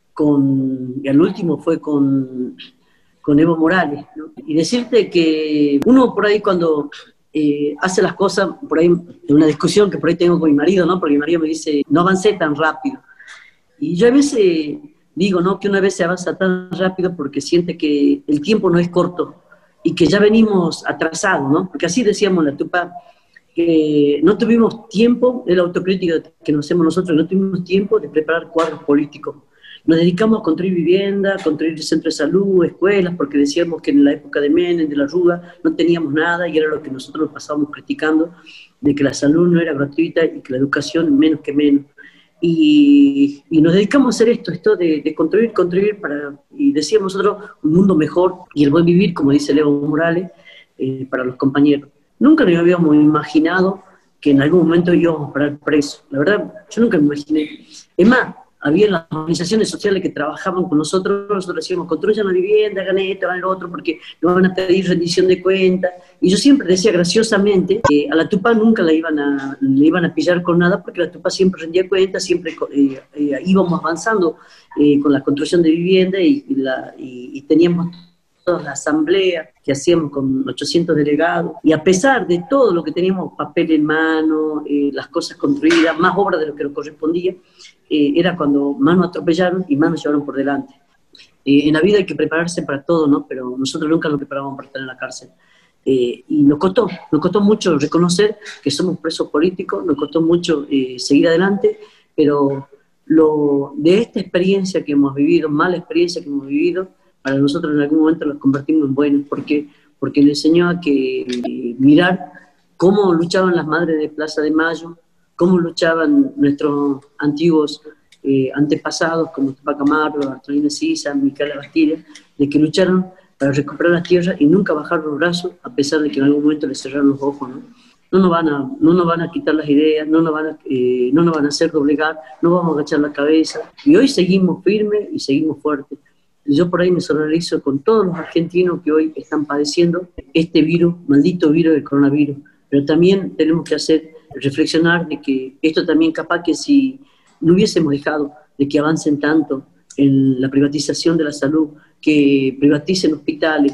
y al último fue con Evo Morales, ¿no? Y decirte que uno por ahí cuando hace las cosas, por ahí, en una discusión que por ahí tengo con mi marido, ¿no? Porque mi marido me dice, no avancé tan rápido. Y yo a veces digo, ¿no? Que una vez se avanza tan rápido porque siente que el tiempo no es corto y que ya venimos atrasados, ¿no? Porque así decíamos la Tupac, que no tuvimos tiempo, es la autocrítica que nos hacemos nosotros, no tuvimos tiempo de preparar cuadros políticos. Nos dedicamos a construir vivienda, a construir centros de salud, escuelas, porque decíamos que en la época de Menem, de la Rúa, no teníamos nada y era lo que nosotros nos pasábamos criticando, de que la salud no era gratuita y que la educación menos que menos. Y nos dedicamos a hacer esto de construir y decíamos nosotros, un mundo mejor y el buen vivir, como dice Evo Morales, para los compañeros. Nunca nos habíamos imaginado que en algún momento íbamos a parar presos. La verdad, yo nunca me imaginé. Es más, había las organizaciones sociales que trabajaban con nosotros decíamos, construyan la vivienda, hagan esto, hagan lo otro, porque nos van a pedir rendición de cuentas. Y yo siempre decía graciosamente que a la Tupac nunca le iban a pillar con nada, porque la Tupac siempre rendía cuentas, siempre íbamos avanzando con la construcción de vivienda y teníamos toda la asamblea que hacíamos con 800 delegados, y a pesar de todo lo que teníamos, papel en mano, las cosas construidas, más obras de lo que nos correspondía, era cuando más nos atropellaron y más nos llevaron por delante. En la vida hay que prepararse para todo, ¿no? Pero nosotros nunca nos preparábamos para estar en la cárcel. Y nos costó mucho reconocer que somos presos políticos, nos costó mucho seguir adelante, pero de esta experiencia que hemos vivido, mala experiencia que hemos vivido, para nosotros en algún momento los convertimos en buenos, porque nos enseñó a que mirar cómo luchaban las madres de Plaza de Mayo, cómo luchaban nuestros antiguos antepasados, como Tupac Amaru, Bartolina Sisa, Micaela Bastilla, de que lucharon para recuperar las tierras y nunca bajar los brazos, a pesar de que en algún momento les cerraron los ojos, ¿no? No nos van a quitar las ideas, no nos van a hacer doblegar, no vamos a agachar la cabeza, y hoy seguimos firmes y seguimos fuertes. Yo por ahí me solidarizo con todos los argentinos que hoy están padeciendo este virus, maldito virus del coronavirus, pero también tenemos que reflexionar de que esto también capaz que si no hubiésemos dejado de que avancen tanto en la privatización de la salud, que privaticen hospitales,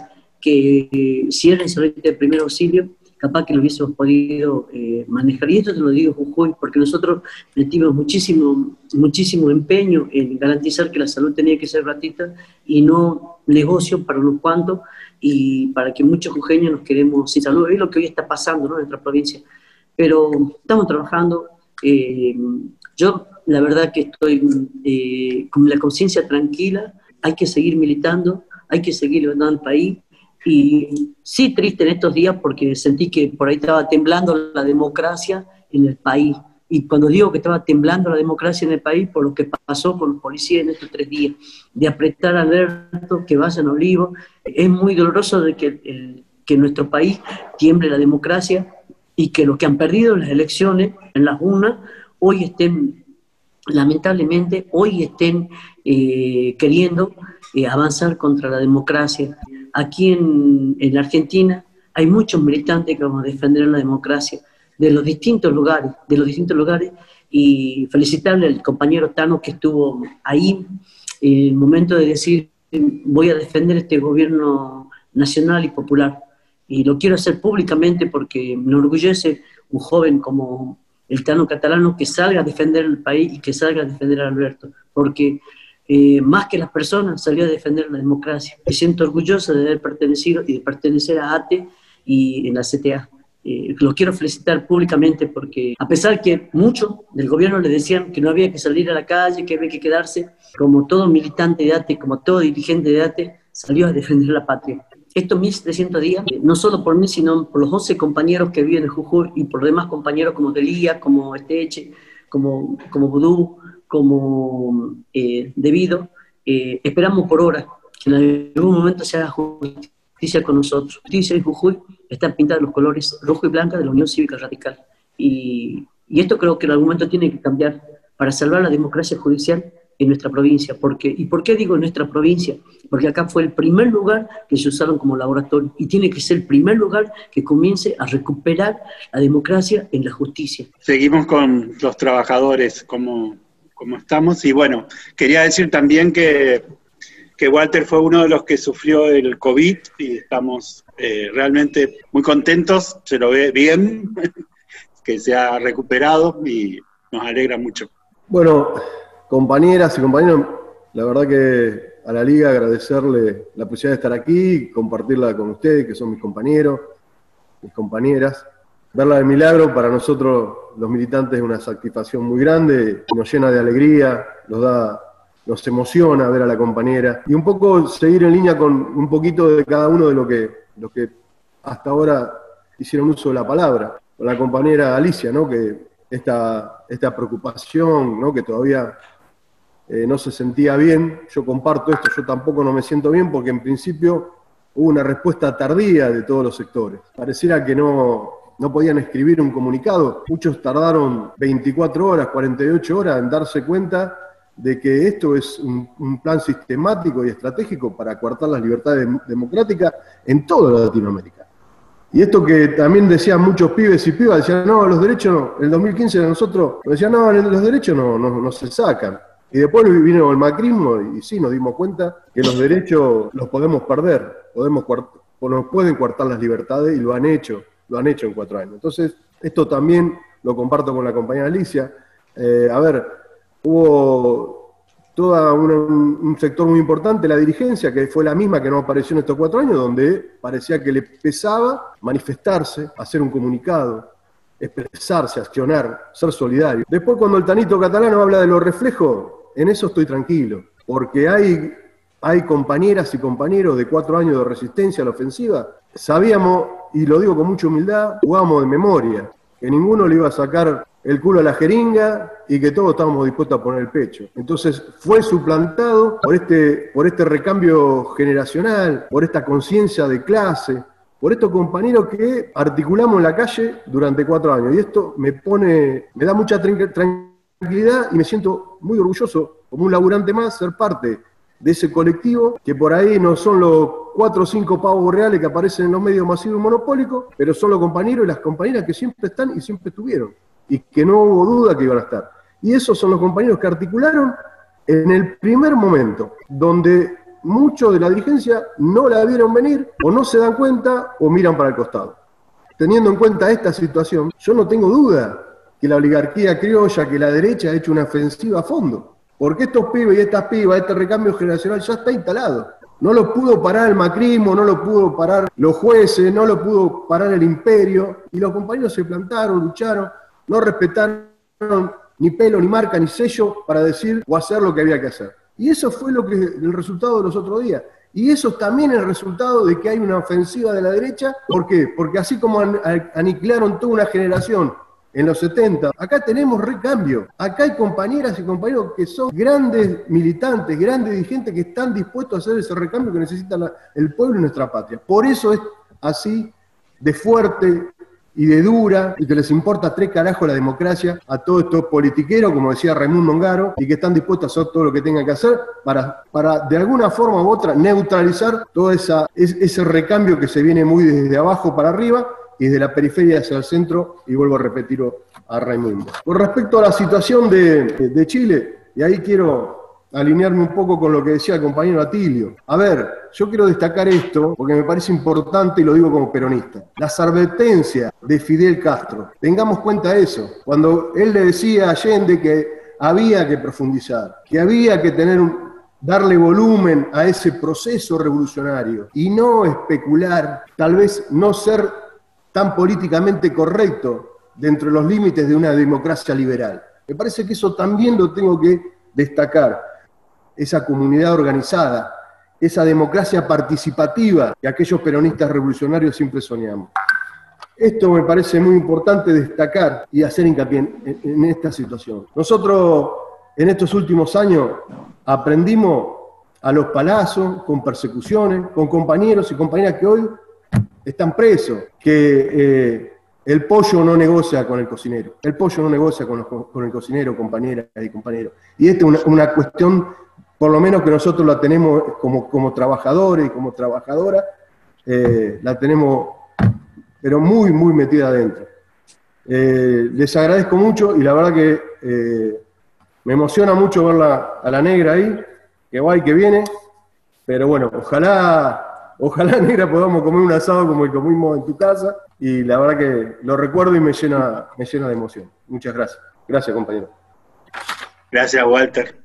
que cierren solamente el primer auxilio, capaz que lo hubiésemos podido manejar. Y esto te lo digo, Jujuy, porque nosotros metimos muchísimo empeño en garantizar que la salud tenía que ser gratuita y no negocio para unos cuantos y para que muchos jujeños nos quedemos sin salud. Es lo que hoy está pasando, ¿no?, en nuestra provincia. Pero estamos trabajando. Yo, la verdad que estoy con la conciencia tranquila. Hay que seguir militando, hay que seguir levantando el país. Y sí, triste en estos días porque sentí que por ahí estaba temblando la democracia en el país. Y cuando digo que estaba temblando la democracia en el país, por lo que pasó con los policías en estos 3 días, de apretar a Alberto, que vayan a Olivo, es muy doloroso de que en nuestro país tiemble la democracia y que los que han perdido en las elecciones, en las urnas, hoy estén, lamentablemente, queriendo avanzar contra la democracia. Aquí en la Argentina hay muchos militantes que van a defender la democracia de los distintos lugares, y felicitarle al compañero Tano que estuvo ahí en el momento de decir voy a defender este gobierno nacional y popular, y lo quiero hacer públicamente porque me enorgullece un joven como el Tano Catalano que salga a defender el país y que salga a defender a Alberto, porque más que las personas, salió a defender la democracia. Me siento orgulloso de haber pertenecido y de pertenecer a ATE y en la CTA. Lo quiero felicitar públicamente porque a pesar que muchos del gobierno le decían que no había que salir a la calle, que había que quedarse, como todo militante de ATE, como todo dirigente de ATE, salió a defender la patria. estos 1.700 días, no solo por mí, sino por los 11 compañeros que viven en Jujuy y por demás compañeros como Delía, como Esteche, como Vudú, como Debido, esperamos por hora que en algún momento se haga justicia con nosotros. Justicia en Jujuy está pintada de los colores rojo y blanca de la Unión Cívica Radical. Y esto creo que en algún momento tiene que cambiar para salvar la democracia judicial en nuestra provincia. ¿Y por qué digo en nuestra provincia? Porque acá fue el primer lugar que se usaron como laboratorio y tiene que ser el primer lugar que comience a recuperar la democracia en la justicia. Seguimos con los trabajadores como estamos y bueno, quería decir también que Walter fue uno de los que sufrió el COVID y estamos realmente muy contentos, se lo ve bien, que se ha recuperado y nos alegra mucho. Bueno, compañeras y compañeros, la verdad que a la Liga agradecerle la posibilidad de estar aquí y compartirla con ustedes, que son mis compañeros, mis compañeras. Verla de milagro para nosotros, los militantes, es una satisfacción muy grande, nos llena de alegría, nos emociona ver a la compañera. Y un poco seguir en línea con un poquito de cada uno de los que hasta ahora hicieron uso de la palabra. Con la compañera Alicia, ¿no? Que esta preocupación, ¿no? Que todavía no se sentía bien. Yo comparto esto, yo tampoco no me siento bien porque en principio hubo una respuesta tardía de todos los sectores. Pareciera que no podían escribir un comunicado. Muchos tardaron 24 horas, 48 horas en darse cuenta de que esto es un plan sistemático y estratégico para coartar las libertades democráticas en toda Latinoamérica. Y esto que también decían muchos pibes y pibas, decían, no, los derechos no. En el 2015 nosotros decían, no, los derechos no se sacan. Y después vino el macrismo y sí, nos dimos cuenta que los derechos los podemos perder, nos pueden coartar las libertades y lo han hecho en 4 años. Entonces, esto también lo comparto con la compañera Alicia. Hubo todo un sector muy importante, la dirigencia, que fue la misma que no apareció en estos 4 años, donde parecía que le pesaba manifestarse, hacer un comunicado, expresarse, accionar, ser solidario. Después, cuando el Tanito Catalano habla de los reflejos, en eso estoy tranquilo, porque hay compañeras y compañeros de 4 años de resistencia a la ofensiva. Sabíamos, y lo digo con mucha humildad, jugábamos de memoria, que ninguno le iba a sacar el culo a la jeringa y que todos estábamos dispuestos a poner el pecho. Entonces fue suplantado por este recambio generacional, por esta conciencia de clase, por estos compañeros que articulamos en la calle durante 4 años. Y esto me da mucha tranquilidad y me siento muy orgulloso, como un laburante más, ser parte de ese colectivo, que por ahí no son los 4 o 5 pavos reales que aparecen en los medios masivos y monopólicos, pero son los compañeros y las compañeras que siempre están y siempre estuvieron, y que no hubo duda que iban a estar. Y esos son los compañeros que articularon en el primer momento, donde muchos de la dirigencia no la vieron venir, o no se dan cuenta, o miran para el costado. Teniendo en cuenta esta situación, yo no tengo duda que la oligarquía criolla, que la derecha ha hecho una ofensiva a fondo, porque estos pibes y estas pibas, este recambio generacional ya está instalado. No lo pudo parar el macrismo, no lo pudo parar los jueces, no lo pudo parar el imperio, y los compañeros se plantaron, lucharon, no respetaron ni pelo, ni marca, ni sello para decir o hacer lo que había que hacer. Y eso fue el resultado de los otros días. Y eso también es el resultado de que hay una ofensiva de la derecha. ¿Por qué? Porque así como aniquilaron toda una generación en los 70, acá tenemos recambio. Acá hay compañeras y compañeros que son grandes militantes, grandes dirigentes que están dispuestos a hacer ese recambio que necesita el pueblo y nuestra patria. Por eso es así de fuerte y de dura, y que les importa 3 carajos la democracia a todos estos politiqueros, como decía Raimundo Ongaro, y que están dispuestos a hacer todo lo que tengan que hacer para de alguna forma u otra neutralizar todo ese recambio que se viene muy desde abajo para arriba y desde la periferia hacia el centro, y vuelvo a repetirlo a Raimundo. Con respecto a la situación de Chile, y ahí quiero alinearme un poco con lo que decía el compañero Atilio. A ver, yo quiero destacar esto porque me parece importante y lo digo como peronista. Las advertencias de Fidel Castro, tengamos cuenta de eso. Cuando él le decía a Allende que había que profundizar, que había que darle volumen a ese proceso revolucionario y no especular, tal vez no ser tan políticamente correcto dentro de los límites de una democracia liberal. Me parece que eso también lo tengo que destacar. Esa comunidad organizada, esa democracia participativa que aquellos peronistas revolucionarios siempre soñamos. Esto me parece muy importante destacar y hacer hincapié en esta situación. Nosotros en estos últimos años aprendimos a los palazos, con persecuciones, con compañeros y compañeras que hoy están presos, que el pollo no negocia con el cocinero, el pollo no negocia con el cocinero, compañeras y compañeros. Y esta es una cuestión, por lo menos que nosotros la tenemos como trabajadores y como trabajadoras, la tenemos pero muy, muy metida adentro. Les agradezco mucho y la verdad que me emociona mucho verla a la negra ahí, que va y que viene, pero bueno, ojalá negra podamos comer un asado como el que comimos en tu casa, y la verdad que lo recuerdo y me llena de emoción. Muchas gracias. Gracias, compañero. Gracias, Walter.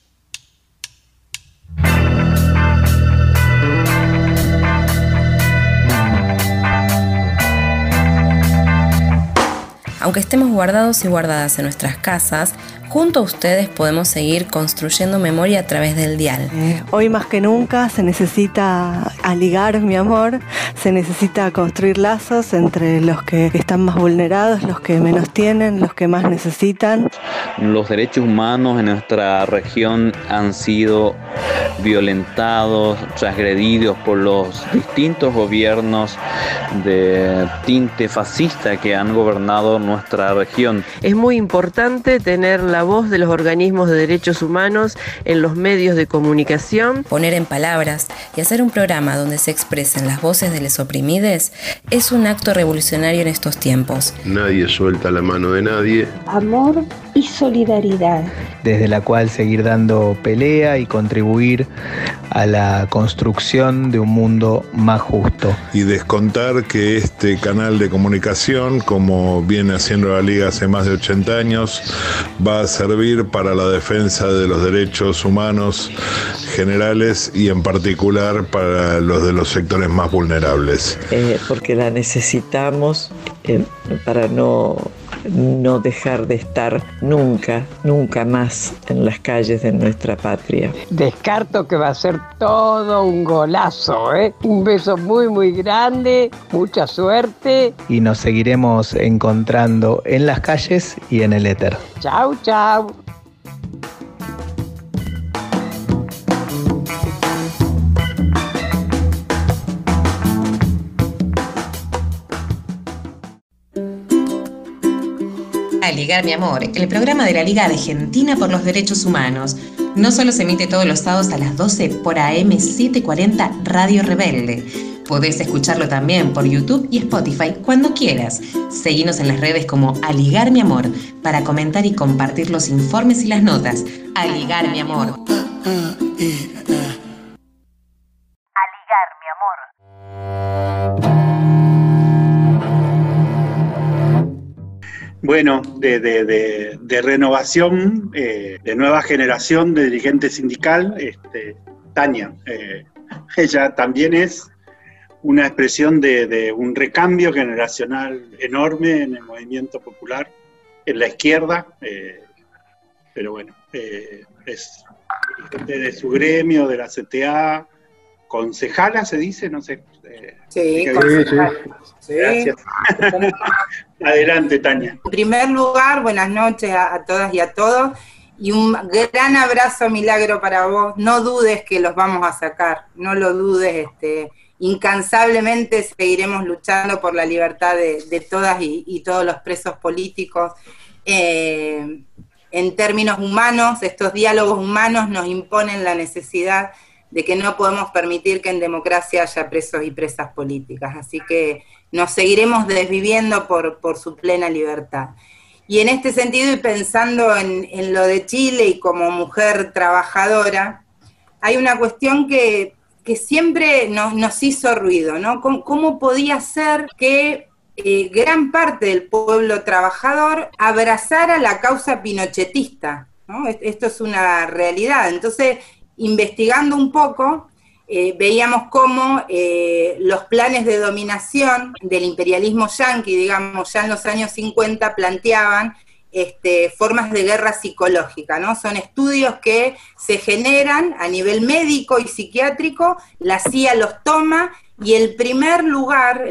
Aunque estemos guardados y guardadas en nuestras casas, junto a ustedes podemos seguir construyendo memoria a través del dial. Hoy más que nunca se necesita aligar mi amor, se necesita construir lazos entre los que están más vulnerados, los que menos tienen, los que más necesitan. Los derechos humanos en nuestra región han sido violentados, transgredidos por los distintos gobiernos de tinte fascista que han gobernado nuestra región. Es muy importante tener la voz de los organismos de derechos humanos en los medios de comunicación. Poner en palabras y hacer un programa donde se expresen las voces de los oprimidos es un acto revolucionario en estos tiempos. Nadie suelta la mano de nadie. Amor y solidaridad. Desde la cual seguir dando pelea y contribuir a la construcción de un mundo más justo. Y descontar que este canal de comunicación, como viene haciendo la Liga hace más de 80 años, va a servir para la defensa de los derechos humanos generales y en particular para los de los sectores más vulnerables. Porque la necesitamos para no dejar de estar nunca más en las calles de nuestra patria. Descarto que va a ser todo un golazo, ¿eh? Un beso muy, muy grande, mucha suerte. Y nos seguiremos encontrando en las calles y en el éter. Chau, chau. Aligar mi amor, el programa de la Liga Argentina por los Derechos Humanos. No solo se emite todos los sábados a las 12 por AM 740 Radio Rebelde. Podés escucharlo también por YouTube y Spotify cuando quieras. Seguinos en las redes como Aligar mi amor para comentar y compartir los informes y las notas. Aligar mi amor. Aligar mi amor. Bueno, de renovación, de nueva generación de dirigente sindical, Tania. Ella también es una expresión de un recambio generacional enorme en el movimiento popular, en la izquierda, pero bueno, es dirigente de su gremio, de la CTA, concejala se dice, no sé. Sí, concejala. Sí. Gracias. Adelante, Tania. En primer lugar, buenas noches a todas y a todos, y un gran abrazo, Milagro, para vos. No dudes que los vamos a sacar, no lo dudes, incansablemente seguiremos luchando por la libertad de todas y todos los presos políticos. En términos humanos, estos diálogos humanos nos imponen la necesidad de que no podemos permitir que en democracia haya presos y presas políticas, así que nos seguiremos desviviendo por su plena libertad. Y en este sentido, y pensando en lo de Chile y como mujer trabajadora, hay una cuestión que siempre nos hizo ruido, ¿no? ¿Cómo podía ser que gran parte del pueblo trabajador abrazara la causa pinochetista, ¿no? Esto es una realidad. Entonces, investigando un poco, veíamos cómo los planes de dominación del imperialismo yanqui, digamos, ya en los años 50 planteaban formas de guerra psicológica, ¿no? Son estudios que se generan a nivel médico y psiquiátrico, la CIA los toma, y el primer lugar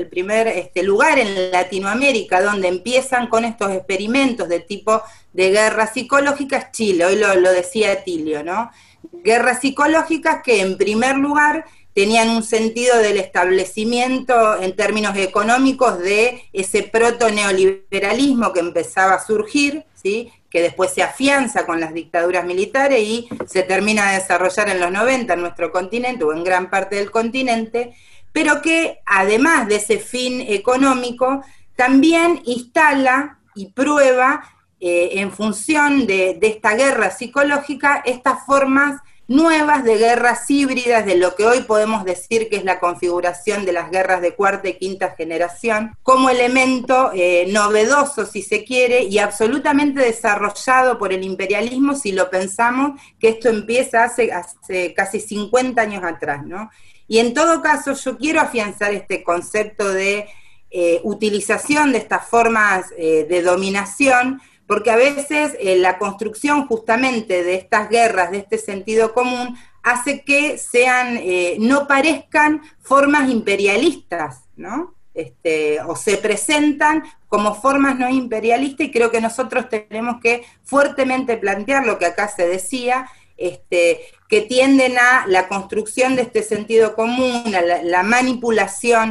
en Latinoamérica donde empiezan con estos experimentos de tipo de guerra psicológica es Chile. Hoy lo decía Tilio, ¿no? Guerras psicológicas que en primer lugar tenían un sentido del establecimiento en términos económicos de ese proto-neoliberalismo que empezaba a surgir, ¿sí?, que después se afianza con las dictaduras militares y se termina de desarrollar en los 90 en nuestro continente o en gran parte del continente, pero que además de ese fin económico también instala y prueba en función de esta guerra psicológica estas formas nuevas de guerras híbridas, de lo que hoy podemos decir que es la configuración de las guerras de cuarta y quinta generación, como elemento novedoso, si se quiere, y absolutamente desarrollado por el imperialismo, si lo pensamos, que esto empieza hace casi 50 años atrás, ¿no? Y en todo caso, yo quiero afianzar este concepto de utilización de estas formas de dominación, porque a veces la construcción justamente de estas guerras, de este sentido común, hace que sean, no parezcan formas imperialistas, ¿no? O se presentan como formas no imperialistas, y creo que nosotros tenemos que fuertemente plantear lo que acá se decía, que tienden a la construcción de este sentido común, a la manipulación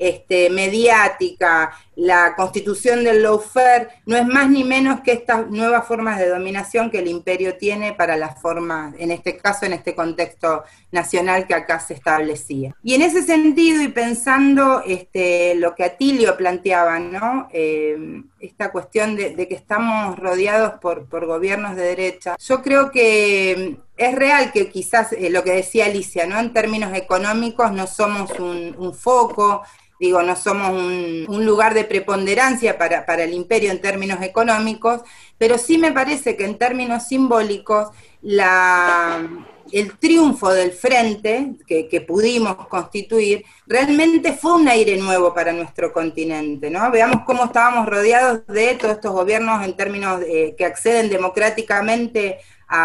mediática, la constitución del lawfare, no es más ni menos que estas nuevas formas de dominación que el imperio tiene para las formas, en este caso, en este contexto nacional que acá se establecía. Y en ese sentido, y pensando lo que Atilio planteaba, ¿no? Esta cuestión de que estamos rodeados por gobiernos de derecha, yo creo que es real que quizás lo que decía Alicia, ¿no? En términos económicos no somos un foco, no somos un lugar de preponderancia para el imperio en términos económicos, pero sí me parece que en términos simbólicos el triunfo del frente que pudimos constituir realmente fue un aire nuevo para nuestro continente, ¿no? Veamos cómo estábamos rodeados de todos estos gobiernos en términos que acceden democráticamente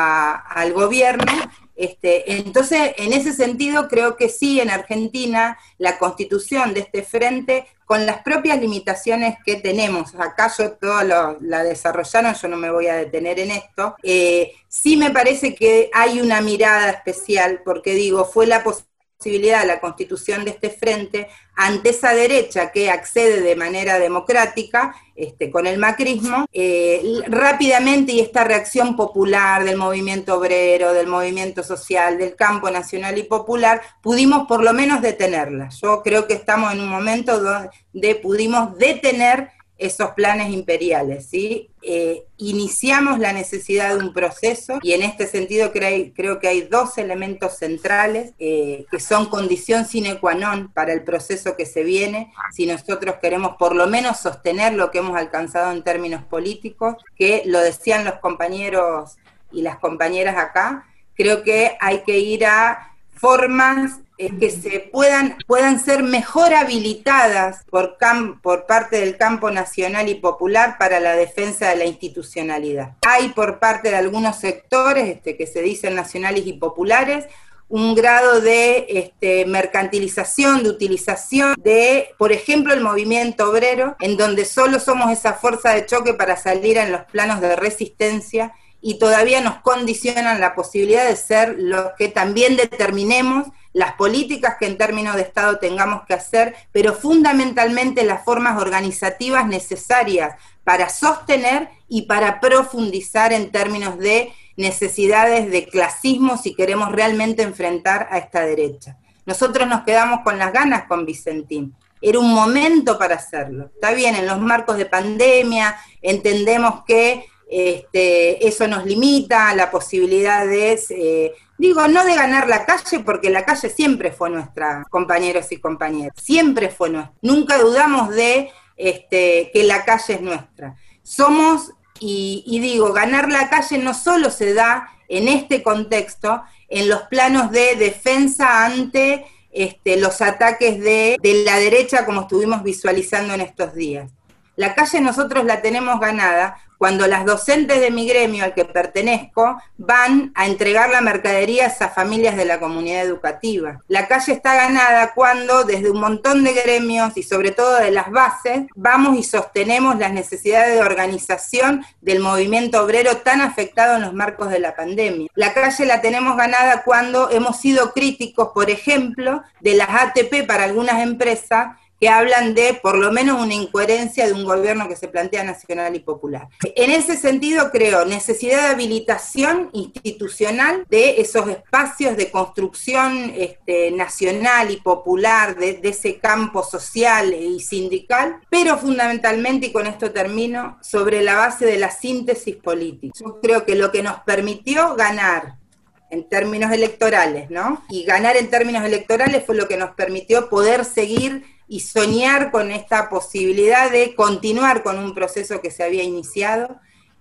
al gobierno. Entonces, en ese sentido, creo que sí, en Argentina, la constitución de este frente, con las propias limitaciones que tenemos, acá todos la desarrollaron, yo no me voy a detener en esto, sí me parece que hay una mirada especial, porque fue la posibilidad de la constitución de este frente ante esa derecha que accede de manera democrática con el macrismo, rápidamente, y esta reacción popular del movimiento obrero, del movimiento social, del campo nacional y popular, pudimos por lo menos detenerla. Yo creo que estamos en un momento donde pudimos detener esos planes imperiales, ¿sí? Iniciamos la necesidad de un proceso, y en este sentido creo que hay dos elementos centrales que son condición sine qua non para el proceso que se viene, si nosotros queremos por lo menos sostener lo que hemos alcanzado en términos políticos, que lo decían los compañeros y las compañeras acá. Creo que hay que ir a formas que se puedan ser mejor habilitadas por parte del campo nacional y popular para la defensa de la institucionalidad. Hay por parte de algunos sectores que se dicen nacionales y populares un grado de mercantilización, de utilización de, por ejemplo, el movimiento obrero, en donde solo somos esa fuerza de choque para salir en los planos de resistencia, y todavía nos condicionan la posibilidad de ser los que también determinemos las políticas que en términos de Estado tengamos que hacer, pero fundamentalmente las formas organizativas necesarias para sostener y para profundizar en términos de necesidades de clasismo si queremos realmente enfrentar a esta derecha. Nosotros nos quedamos con las ganas con Vicentín. Era un momento para hacerlo. Está bien, en los marcos de pandemia entendemos que eso nos limita la posibilidad de, no de ganar la calle, porque la calle siempre fue nuestra, compañeros y compañeras, siempre fue nuestra. Nunca dudamos de que la calle es nuestra. Somos, ganar la calle no solo se da en este contexto, en los planos de defensa ante los ataques de la derecha, como estuvimos visualizando en estos días. La calle nosotros la tenemos ganada cuando las docentes de mi gremio al que pertenezco van a entregar la mercadería a esas familias de la comunidad educativa. La calle está ganada cuando desde un montón de gremios y sobre todo de las bases vamos y sostenemos las necesidades de organización del movimiento obrero tan afectado en los marcos de la pandemia. La calle la tenemos ganada cuando hemos sido críticos, por ejemplo, de las ATP para algunas empresas que hablan de, por lo menos, una incoherencia de un gobierno que se plantea nacional y popular. En ese sentido, creo, necesidad de habilitación institucional de esos espacios de construcción nacional y popular, de ese campo social y sindical, pero fundamentalmente, y con esto termino, sobre la base de la síntesis política. Yo creo que lo que nos permitió ganar en términos electorales, ¿no? Y ganar en términos electorales fue lo que nos permitió poder seguir y soñar con esta posibilidad de continuar con un proceso que se había iniciado.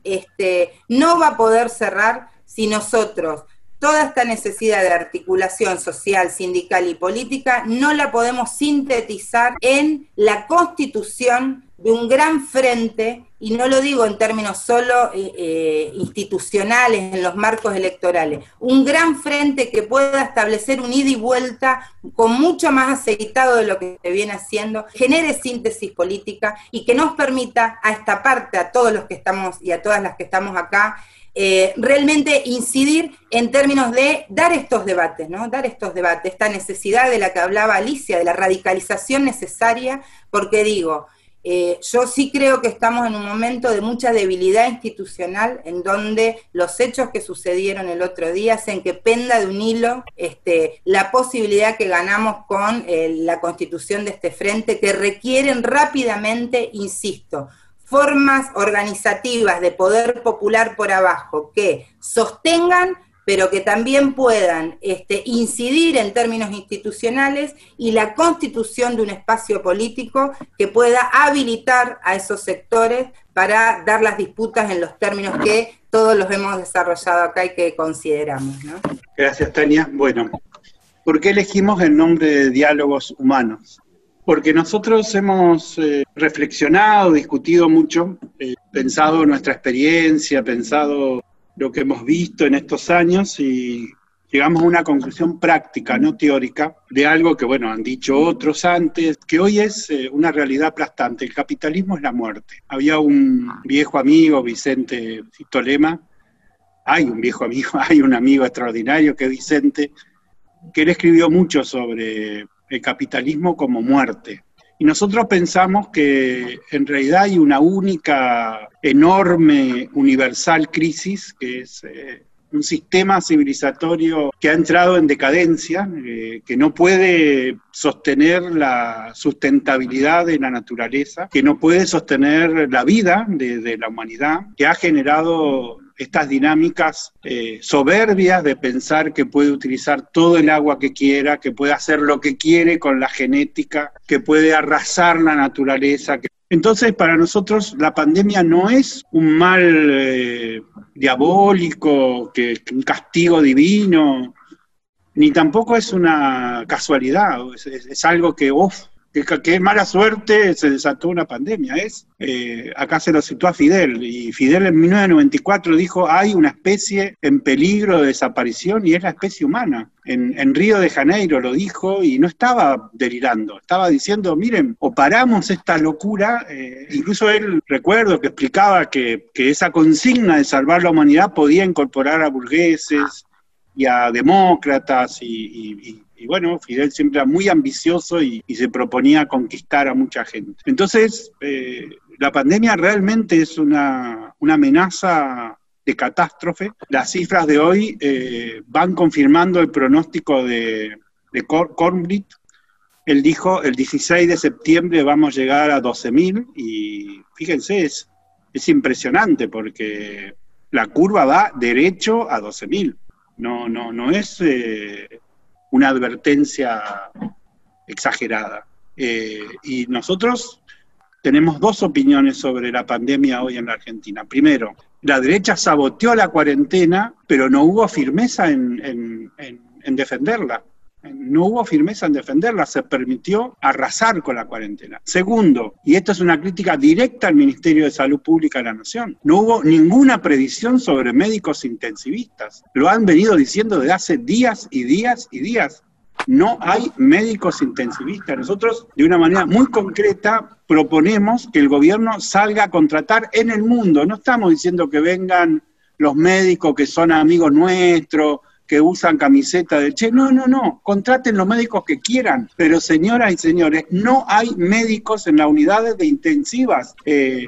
No va a poder cerrar si nosotros, toda esta necesidad de articulación social, sindical y política, no la podemos sintetizar en la constitución de un gran frente, y no lo digo en términos solo institucionales, en los marcos electorales, un gran frente que pueda establecer un ida y vuelta con mucho más aceitado de lo que se viene haciendo, genere síntesis política y que nos permita a esta parte, a todos los que estamos y a todas las que estamos acá, realmente incidir en términos de dar estos debates, ¿no? Dar estos debates, esta necesidad de la que hablaba Alicia, de la radicalización necesaria, porque digo, yo sí creo que estamos en un momento de mucha debilidad institucional, en donde los hechos que sucedieron el otro día hacen que penda de un hilo la posibilidad que ganamos con la constitución de este frente, que requieren rápidamente, insisto, formas organizativas de poder popular por abajo que sostengan, pero que también puedan incidir en términos institucionales, y la constitución de un espacio político que pueda habilitar a esos sectores para dar las disputas en los términos que todos los hemos desarrollado acá y que consideramos, ¿no? Gracias, Tania. Bueno, ¿por qué elegimos el nombre de Diálogos Humanos? Porque nosotros hemos reflexionado, discutido mucho, pensado nuestra experiencia, pensado lo que hemos visto en estos años, y llegamos a una conclusión práctica, no teórica, de algo que, bueno, han dicho otros antes, que hoy es una realidad aplastante. El capitalismo es la muerte. Había un viejo amigo, Vicente Tolema, hay un amigo extraordinario que es Vicente, que él escribió mucho sobre el capitalismo como muerte. Y nosotros pensamos que en realidad hay una única, enorme, universal crisis, que es un sistema civilizatorio que ha entrado en decadencia, que no puede sostener la sustentabilidad de la naturaleza, que no puede sostener la vida de la humanidad, que ha generado estas dinámicas soberbias de pensar que puede utilizar todo el agua que quiera, que puede hacer lo que quiere con la genética, que puede arrasar la naturaleza. Entonces, para nosotros la pandemia no es un mal diabólico, un castigo divino, ni tampoco es una casualidad, es algo que es mala suerte, se desató una pandemia. Acá se lo citó a Fidel, y Fidel en 1994 dijo, hay una especie en peligro de desaparición y es la especie humana. En Río de Janeiro lo dijo y no estaba delirando, estaba diciendo, miren, o paramos esta locura. Incluso él, recuerdo que explicaba que esa consigna de salvar la humanidad podía incorporar a burgueses y a demócratas y bueno, Fidel siempre era muy ambicioso y se proponía conquistar a mucha gente. Entonces, la pandemia realmente es una amenaza de catástrofe. Las cifras de hoy van confirmando el pronóstico de Kornblit. Él dijo, el 16 de septiembre vamos a llegar a 12.000, y fíjense, es impresionante porque la curva va derecho a 12.000. No es una advertencia exagerada. Y nosotros tenemos dos opiniones sobre la pandemia hoy en la Argentina. Primero, la derecha saboteó la cuarentena, pero no hubo firmeza en defenderla. No hubo firmeza en defenderla, se permitió arrasar con la cuarentena. Segundo, y esto es una crítica directa al Ministerio de Salud Pública de la Nación, no hubo ninguna previsión sobre médicos intensivistas. Lo han venido diciendo desde hace días y días y días. No hay médicos intensivistas. Nosotros, de una manera muy concreta, proponemos que el gobierno salga a contratar en el mundo. No estamos diciendo que vengan los médicos que son amigos nuestros, que usan camiseta de Che. No. Contraten los médicos que quieran. Pero, señoras y señores, no hay médicos en las unidades de intensivas.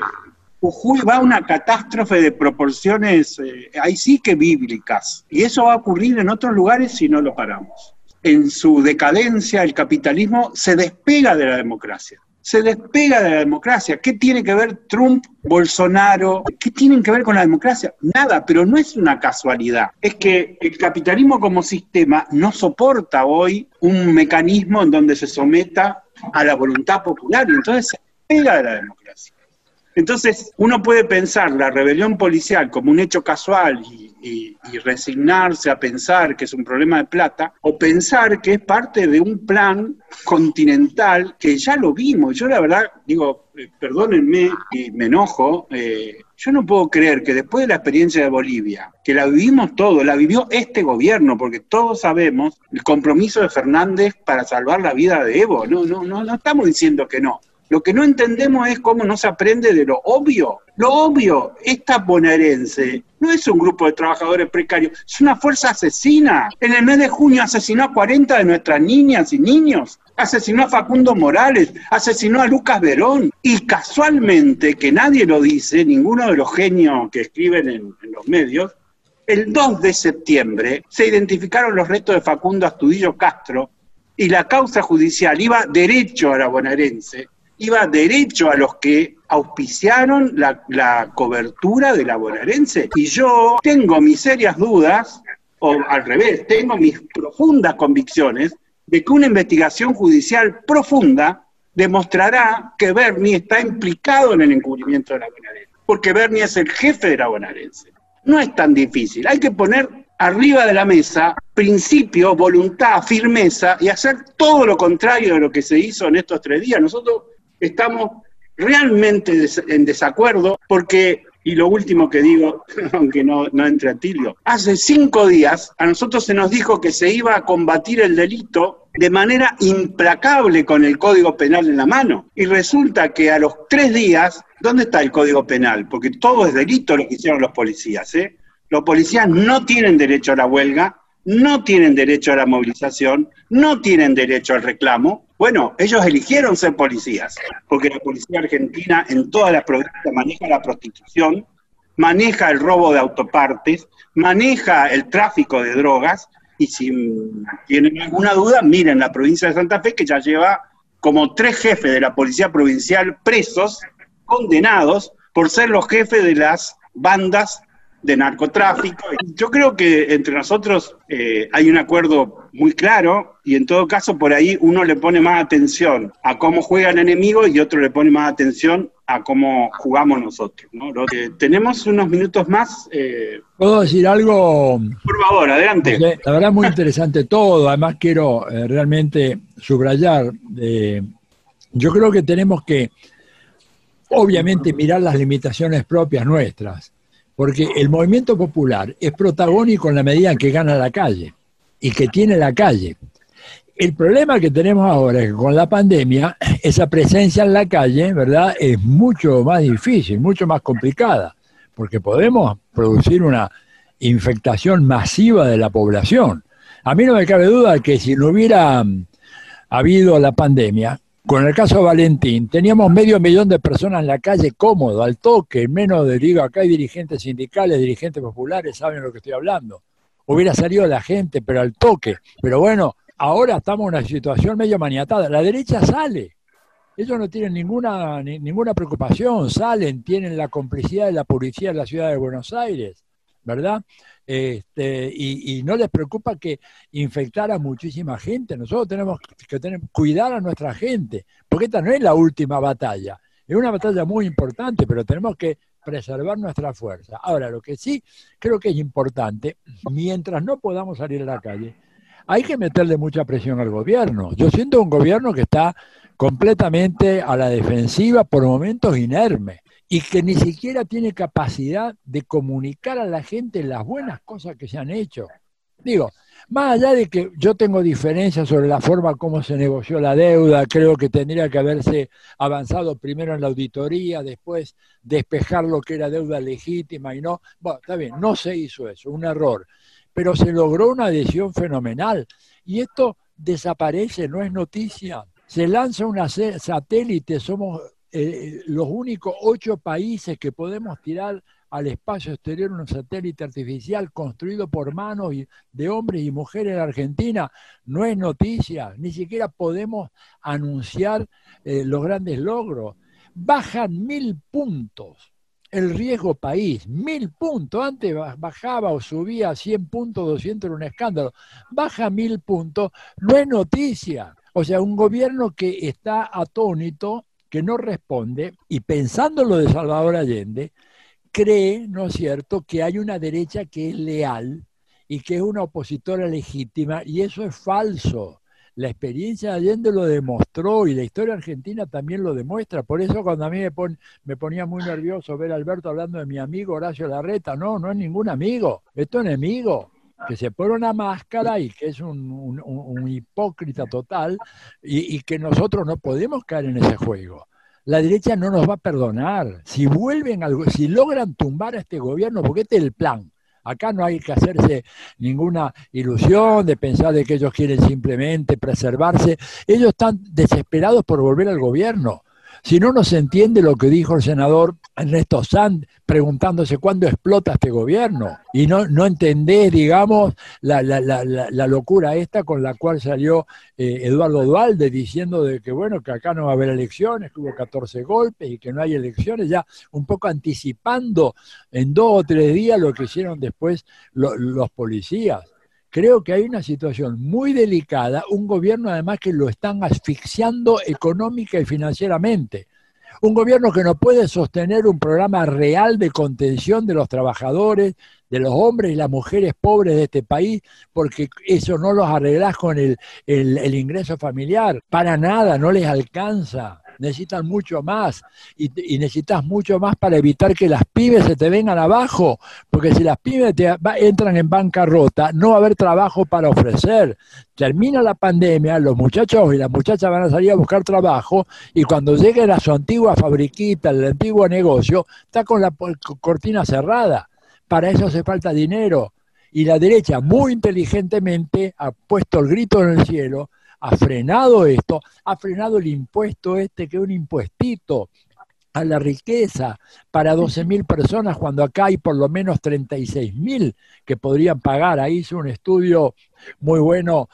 Jujuy va a una catástrofe de proporciones, ahí sí que bíblicas. Y eso va a ocurrir en otros lugares si no lo paramos. En su decadencia, el capitalismo se despega de la democracia. Se despega de la democracia. ¿Qué tiene que ver Trump, Bolsonaro? ¿Qué tienen que ver con la democracia? Nada, pero no es una casualidad. Es que el capitalismo como sistema no soporta hoy un mecanismo en donde se someta a la voluntad popular y entonces se despega de la democracia. Entonces, uno puede pensar la rebelión policial como un hecho casual y resignarse a pensar que es un problema de plata, o pensar que es parte de un plan continental que ya lo vimos. Yo la verdad digo, perdónenme y me enojo, yo no puedo creer que después de la experiencia de Bolivia, que la vivimos todos, la vivió este gobierno, porque todos sabemos el compromiso de Fernández para salvar la vida de Evo, no estamos diciendo que no. Lo que no entendemos es cómo no se aprende de lo obvio. Lo obvio, esta bonaerense no es un grupo de trabajadores precarios, es una fuerza asesina. En el mes de junio asesinó a 40 de nuestras niñas y niños, asesinó a Facundo Morales, asesinó a Lucas Verón. Y casualmente, que nadie lo dice, ninguno de los genios que escriben en los medios, el 2 de septiembre se identificaron los restos de Facundo Astudillo Castro y la causa judicial iba derecho a la bonaerense, iba derecho a los que auspiciaron la cobertura de la bonaerense. Y yo tengo mis serias dudas, o al revés, tengo mis profundas convicciones de que una investigación judicial profunda demostrará que Bernie está implicado en el encubrimiento de la bonaerense, porque Bernie es el jefe de la bonaerense. No es tan difícil, hay que poner arriba de la mesa principio, voluntad, firmeza y hacer todo lo contrario de lo que se hizo en estos 3 días. Nosotros estamos realmente en desacuerdo porque, y lo último que digo, aunque no entre a Tilio, hace 5 días a nosotros se nos dijo que se iba a combatir el delito de manera implacable con el Código Penal en la mano. Y resulta que a los 3 días, ¿dónde está el Código Penal? Porque todo es delito lo que hicieron los policías, ¿eh? Los policías no tienen derecho a la huelga, no tienen derecho a la movilización, no tienen derecho al reclamo. Bueno, ellos eligieron ser policías, porque la policía argentina en todas las provincias maneja la prostitución, maneja el robo de autopartes, maneja el tráfico de drogas, y si tienen alguna duda, miren la provincia de Santa Fe, que ya lleva como 3 jefes de la policía provincial presos, condenados, por ser los jefes de las bandas de narcotráfico. Yo creo que entre nosotros hay un acuerdo muy claro y en todo caso por ahí uno le pone más atención a cómo juega el enemigo y otro le pone más atención a cómo jugamos nosotros, ¿no? Tenemos unos minutos más. ¿Puedo decir algo? Por favor, adelante. La verdad muy interesante todo, además quiero realmente subrayar, yo creo que tenemos que obviamente mirar las limitaciones propias nuestras, porque el movimiento popular es protagónico en la medida en que gana la calle y que tiene la calle. El problema que tenemos ahora es que con la pandemia, esa presencia en la calle, ¿verdad?, es mucho más difícil, mucho más complicada, porque podemos producir una infectación masiva de la población. A mí no me cabe duda que si no hubiera habido la pandemia, con el caso de Valentín, teníamos 500.000 de personas en la calle cómodo, al toque, en menos de, digo, acá hay dirigentes sindicales, dirigentes populares, saben lo que estoy hablando. Hubiera salido la gente, pero al toque. Pero bueno, ahora estamos en una situación medio maniatada. La derecha sale. Ellos no tienen ninguna preocupación, salen, tienen la complicidad de la policía de la ciudad de Buenos Aires, ¿verdad? Y no les preocupa que infectar a muchísima gente. Nosotros tenemos que cuidar a nuestra gente, porque esta no es la última batalla. Es una batalla muy importante, pero tenemos que preservar nuestra fuerza. Ahora, lo que sí creo que es importante, mientras no podamos salir a la calle, hay que meterle mucha presión al gobierno. Yo siento un gobierno que está completamente a la defensiva, por momentos inerme, y que ni siquiera tiene capacidad de comunicar a la gente las buenas cosas que se han hecho. Digo, más allá de que yo tengo diferencias sobre la forma como se negoció la deuda, creo que tendría que haberse avanzado primero en la auditoría, después despejar lo que era deuda legítima y no. Bueno, está bien, no se hizo eso, un error, pero se logró una adhesión fenomenal y esto desaparece, no es noticia. Se lanza una satélite, somos los únicos 8 países que podemos tirar al espacio exterior un satélite artificial construido por manos de hombres y mujeres en Argentina. No es noticia, ni siquiera podemos anunciar los grandes logros. Bajan 1000 puntos el riesgo país, 1000 puntos. Antes bajaba o subía 100 puntos, 200 era un escándalo. Baja 1000 puntos, no es noticia. O sea, un gobierno que está atónito, que no responde, y pensando en lo de Salvador Allende, cree, ¿no es cierto?, que hay una derecha que es leal y que es una opositora legítima, y eso es falso. La experiencia de Allende lo demostró y la historia argentina también lo demuestra. Por eso cuando a mí me ponía muy nervioso ver a Alberto hablando de mi amigo Horacio Larreta, no es ningún amigo, esto es enemigo, que se pone una máscara y que es un hipócrita total y que nosotros no podemos caer en ese juego. La derecha no nos va a perdonar. Si logran tumbar a este gobierno, porque este es el plan. Acá no hay que hacerse ninguna ilusión de pensar de que ellos quieren simplemente preservarse. Ellos están desesperados por volver al gobierno. Si no se entiende lo que dijo el senador Ernesto Sanz preguntándose cuándo explota este gobierno. Y no entendés, digamos, la locura esta con la cual salió Eduardo Duhalde diciendo de que, bueno, que acá no va a haber elecciones, que hubo 14 golpes y que no hay elecciones, ya un poco anticipando en 2 o 3 días lo que hicieron después los policías. Creo que hay una situación muy delicada, un gobierno además que lo están asfixiando económica y financieramente. Un gobierno que no puede sostener un programa real de contención de los trabajadores, de los hombres y las mujeres pobres de este país, porque eso no los arreglás con el ingreso familiar. Para nada, no les alcanza. Necesitan mucho más y necesitas mucho más para evitar que las pymes se te vengan abajo, porque si las pymes entran en bancarrota, no va a haber trabajo para ofrecer. Termina la pandemia, los muchachos y las muchachas van a salir a buscar trabajo y cuando lleguen a su antigua fabriquita, el antiguo negocio, está con la cortina cerrada. Para eso hace falta dinero. Y la derecha muy inteligentemente ha puesto el grito en el cielo, ha frenado esto, ha frenado el impuesto que es un impuestito a la riqueza para 12.000 personas, cuando acá hay por lo menos 36.000 que podrían pagar. Ahí hizo un estudio muy bueno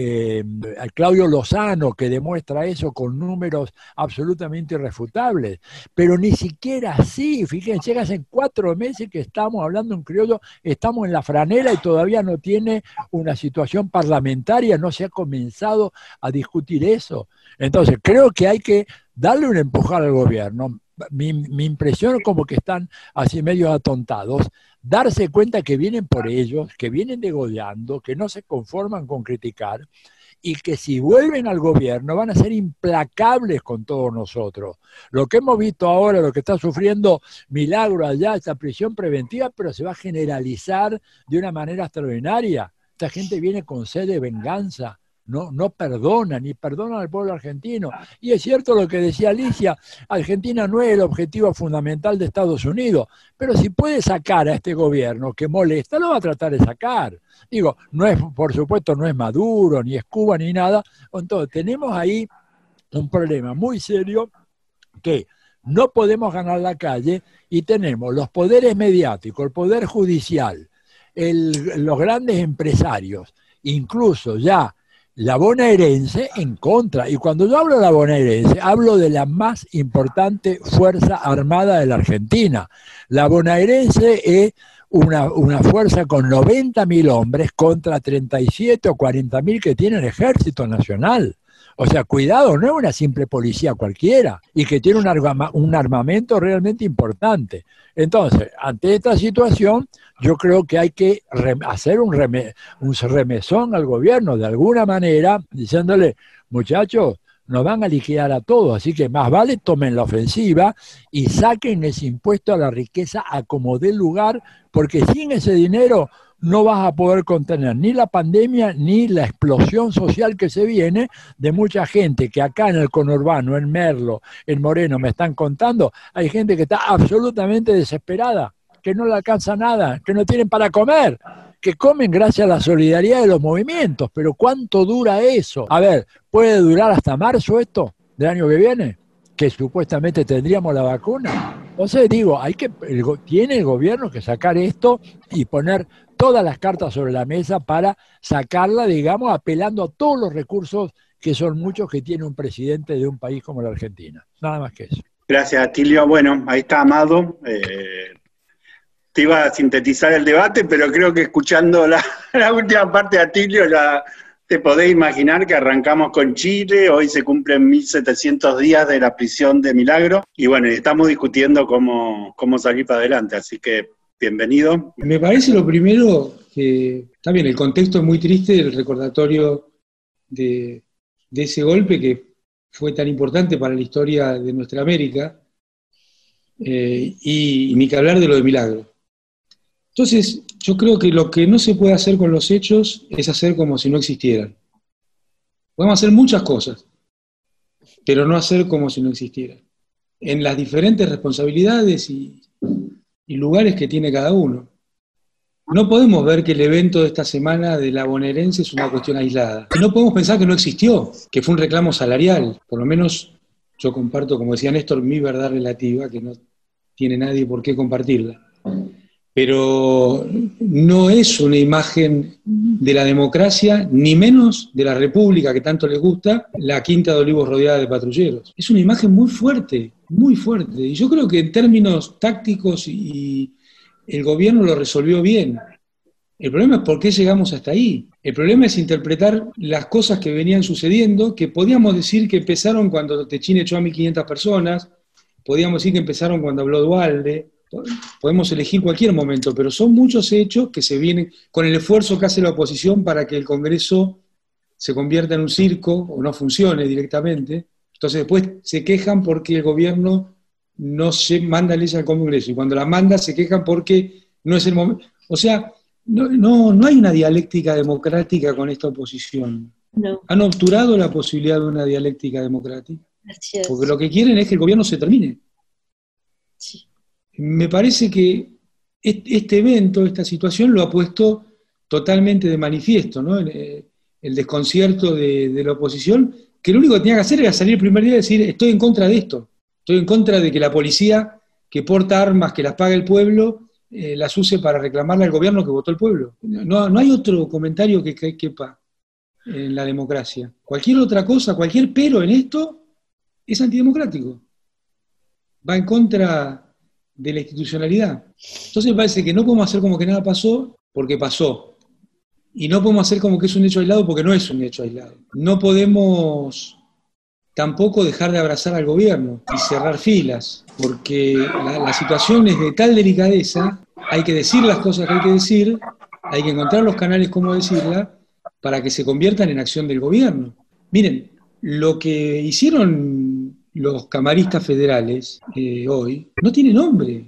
Claudio Lozano que demuestra eso con números absolutamente irrefutables. Pero ni siquiera así, fíjense, hace 4 meses que estamos hablando en criollo, estamos en la franela y todavía no tiene una situación parlamentaria, no se ha comenzado a discutir eso. Entonces creo que hay que darle un empujón al gobierno. Mi impresión es como que están así medio atontados, darse cuenta que vienen por ellos, que vienen degollando, que no se conforman con criticar y que si vuelven al gobierno van a ser implacables con todos nosotros. Lo que hemos visto ahora, lo que está sufriendo Milagro allá, esta prisión preventiva, pero se va a generalizar de una manera extraordinaria. Esta gente viene con sed de venganza. No perdona, ni perdona al pueblo argentino. Y es cierto lo que decía Alicia, Argentina no es el objetivo fundamental de Estados Unidos, pero si puede sacar a este gobierno que molesta, lo va a tratar de sacar. Digo, no es, por supuesto, no es Maduro, ni es Cuba, ni nada. Entonces, tenemos ahí un problema muy serio que no podemos ganar la calle y tenemos los poderes mediáticos, el poder judicial, los grandes empresarios, incluso ya la bonaerense en contra. Y cuando yo hablo de la bonaerense, hablo de la más importante fuerza armada de la Argentina. La bonaerense es una fuerza con 90.000 hombres contra 37 o 40.000 que tiene el Ejército Nacional. O sea, cuidado, no es una simple policía cualquiera y que tiene un armamento realmente importante. Entonces, ante esta situación, yo creo que hay que hacer un remesón al gobierno de alguna manera, diciéndole, muchachos, nos van a liquidar a todos, así que más vale tomen la ofensiva y saquen ese impuesto a la riqueza a como dé lugar, porque sin ese dinero no vas a poder contener ni la pandemia ni la explosión social que se viene de mucha gente que acá en el conurbano, en Merlo, en Moreno, me están contando, hay gente que está absolutamente desesperada, que no le alcanza nada, que no tienen para comer, que comen gracias a la solidaridad de los movimientos, pero ¿cuánto dura eso? A ver, ¿puede durar hasta marzo esto del año que viene? Que supuestamente tendríamos la vacuna. Entonces digo, tiene el gobierno que sacar esto y poner todas las cartas sobre la mesa para sacarla, digamos, apelando a todos los recursos que son muchos que tiene un presidente de un país como la Argentina. Nada más que eso. Gracias, Atilio. Bueno, ahí está Amado. Te iba a sintetizar el debate, pero creo que escuchando la última parte de Atilio te podés imaginar que arrancamos con Chile, hoy se cumplen 1700 días de la prisión de Milagro, y bueno, estamos discutiendo cómo salir para adelante, así que bienvenido. Me parece lo primero que, también el contexto es muy triste, el recordatorio de ese golpe que fue tan importante para la historia de nuestra América, y ni que hablar de lo de Milagro. Entonces, yo creo que lo que no se puede hacer con los hechos es hacer como si no existieran. Podemos hacer muchas cosas, pero no hacer como si no existieran. En las diferentes responsabilidades y lugares que tiene cada uno. No podemos ver que el evento de esta semana de la bonaerense es una cuestión aislada. Y no podemos pensar que no existió, que fue un reclamo salarial. Por lo menos yo comparto, como decía Néstor, mi verdad relativa, que no tiene nadie por qué compartirla. Pero no es una imagen de la democracia, ni menos de la república que tanto le gusta, la Quinta de Olivos rodeada de patrulleros. Es una imagen muy fuerte, muy fuerte. Y yo creo que en términos tácticos y el gobierno lo resolvió bien. El problema es por qué llegamos hasta ahí. El problema es interpretar las cosas que venían sucediendo, que podíamos decir que empezaron cuando Techín echó a 1.500 personas, podíamos decir que empezaron cuando habló Duhalde. Podemos elegir cualquier momento, pero son muchos hechos que se vienen con el esfuerzo que hace la oposición para que el Congreso se convierta en un circo o no funcione directamente. Entonces después se quejan porque el gobierno no se manda leyes al Congreso, y cuando la manda se quejan porque no es el momento. O sea, no hay una dialéctica democrática con esta oposición. No. Han obturado la posibilidad de una dialéctica democrática. Porque lo que quieren es que el gobierno se termine. Sí. Me parece que este evento, esta situación, lo ha puesto totalmente de manifiesto, ¿no? El desconcierto de la oposición, que lo único que tenía que hacer era salir el primer día y decir, estoy en contra de esto, estoy en contra de que la policía que porta armas, que las paga el pueblo, las use para reclamarle al gobierno que votó el pueblo. No hay otro comentario que quepa en la democracia. Cualquier otra cosa, cualquier pero en esto, es antidemocrático. Va en contra de la institucionalidad. Entonces me parece que no podemos hacer como que nada pasó, porque pasó. Y no podemos hacer como que es un hecho aislado, porque no es un hecho aislado. No podemos tampoco dejar de abrazar al gobierno y cerrar filas, porque la situación es de tal delicadeza, hay que decir las cosas que hay que decir, hay que encontrar los canales como decirla, para que se conviertan en acción del gobierno. Miren, lo que hicieron los camaristas federales hoy no tiene nombre.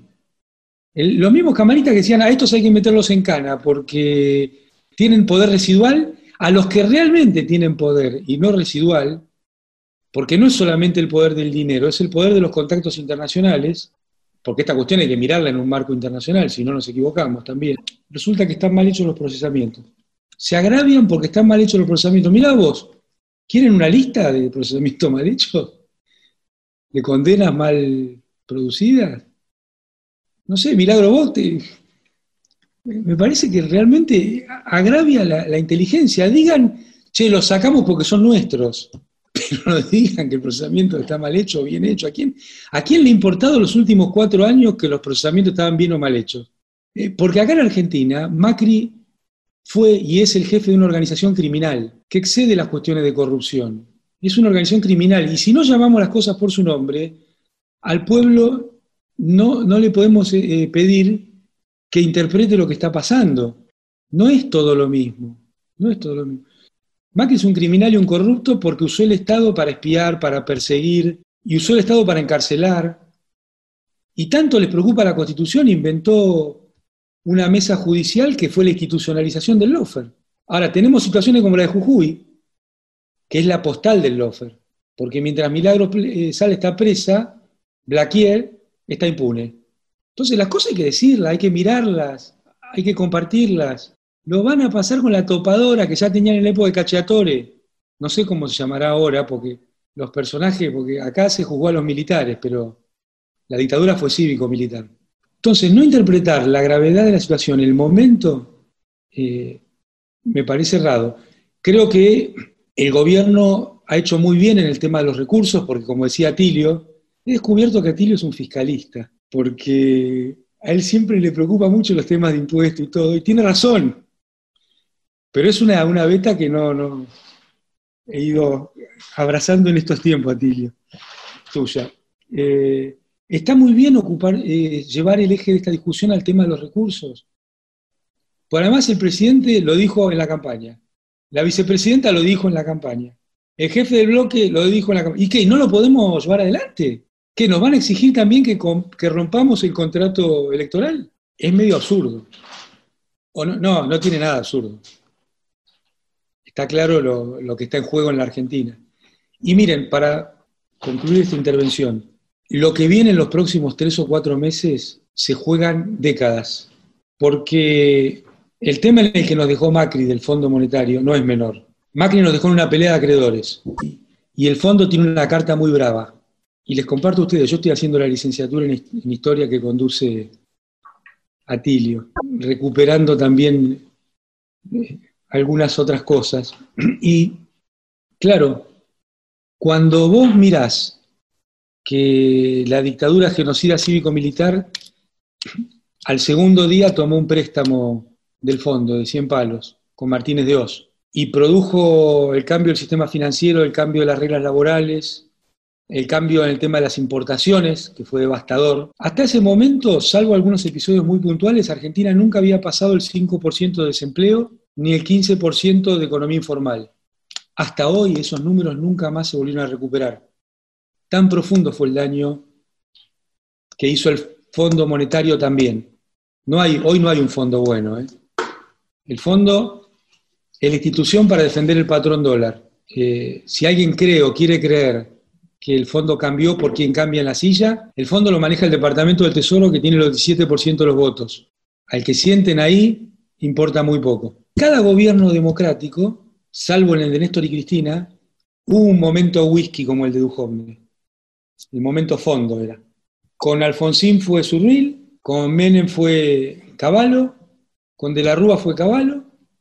Los mismos camaristas que decían, a estos hay que meterlos en cana porque tienen poder residual, a los que realmente tienen poder y no residual, porque no es solamente el poder del dinero, es el poder de los contactos internacionales, porque esta cuestión hay que mirarla en un marco internacional, si no nos equivocamos también. Resulta que están mal hechos los procesamientos. Se agravian porque están mal hechos los procesamientos. Mirá vos, ¿quieren una lista de procesamientos mal hechos? ¿De condenas mal producidas? No sé, Milagro, vos me parece que realmente agravia la inteligencia. Digan, che, los sacamos porque son nuestros, pero no digan que el procesamiento está mal hecho o bien hecho. ¿A quién le ha importado los últimos 4 años que los procesamientos estaban bien o mal hechos? Porque acá en Argentina, Macri fue y es el jefe de una organización criminal que excede las cuestiones de corrupción. Es una organización criminal. Y si no llamamos las cosas por su nombre, al pueblo no le podemos pedir que interprete lo que está pasando. No es todo lo mismo. No es todo lo mismo. Macri es un criminal y un corrupto porque usó el Estado para espiar, para perseguir, y usó el Estado para encarcelar. Y tanto les preocupa la Constitución, inventó una mesa judicial que fue la institucionalización del lawfare. Ahora, tenemos situaciones como la de Jujuy, que es la postal del lawfare, porque mientras Milagros Sala está presa, Blaquier está impune. Entonces las cosas hay que decirlas, hay que mirarlas, hay que compartirlas. Lo van a pasar con la topadora que ya tenían en la época de Cacciatore. No sé cómo se llamará ahora, porque los personajes, porque acá se juzgó a los militares, pero la dictadura fue cívico-militar. Entonces, no interpretar la gravedad de la situación, el momento, me parece errado. Creo que el gobierno ha hecho muy bien en el tema de los recursos, porque como decía Atilio, he descubierto que Atilio es un fiscalista, porque a él siempre le preocupa mucho los temas de impuestos y todo, y tiene razón. Pero es una beta que no he ido abrazando en estos tiempos, Atilio, tuya. Está muy bien llevar el eje de esta discusión al tema de los recursos. Por además, el presidente lo dijo en la campaña, la vicepresidenta lo dijo en la campaña, el jefe del bloque lo dijo en la campaña. ¿Y qué? ¿No lo podemos llevar adelante? ¿Qué? ¿Nos van a exigir también que rompamos el contrato electoral? Es medio absurdo. O no tiene nada absurdo. Está claro lo que está en juego en la Argentina. Y miren, para concluir esta intervención, lo que viene en los próximos 3 o 4 meses se juegan décadas, porque el tema en el que nos dejó Macri del Fondo Monetario no es menor. Macri nos dejó en una pelea de acreedores, y el fondo tiene una carta muy brava. Y les comparto a ustedes, yo estoy haciendo la licenciatura en Historia que conduce Atilio, recuperando también algunas otras cosas. Y, claro, cuando vos mirás que la dictadura genocida cívico-militar al segundo día tomó un préstamo del fondo de 100 palos con Martínez de Oz y produjo el cambio del sistema financiero, el cambio de las reglas laborales, el cambio en el tema de las importaciones, que fue devastador. Hasta ese momento, salvo algunos episodios muy puntuales, Argentina nunca había pasado el 5% de desempleo ni el 15% de economía informal. Hasta hoy esos números nunca más se volvieron a recuperar. Tan profundo fue el daño que hizo el Fondo Monetario también. Hoy no hay un fondo bueno. El fondo es la institución para defender el patrón dólar. Si alguien cree o quiere creer que el fondo cambió por quien cambia en la silla, el fondo lo maneja el Departamento del Tesoro, que tiene el 17% de los votos. Al que sienten ahí, importa muy poco. Cada gobierno democrático, salvo en el de Néstor y Cristina, hubo un momento whisky como el de Duhovne. El momento fondo era. Con Alfonsín fue Surril, con Menem fue Cavallo, con De la Rúa fue Cavallo,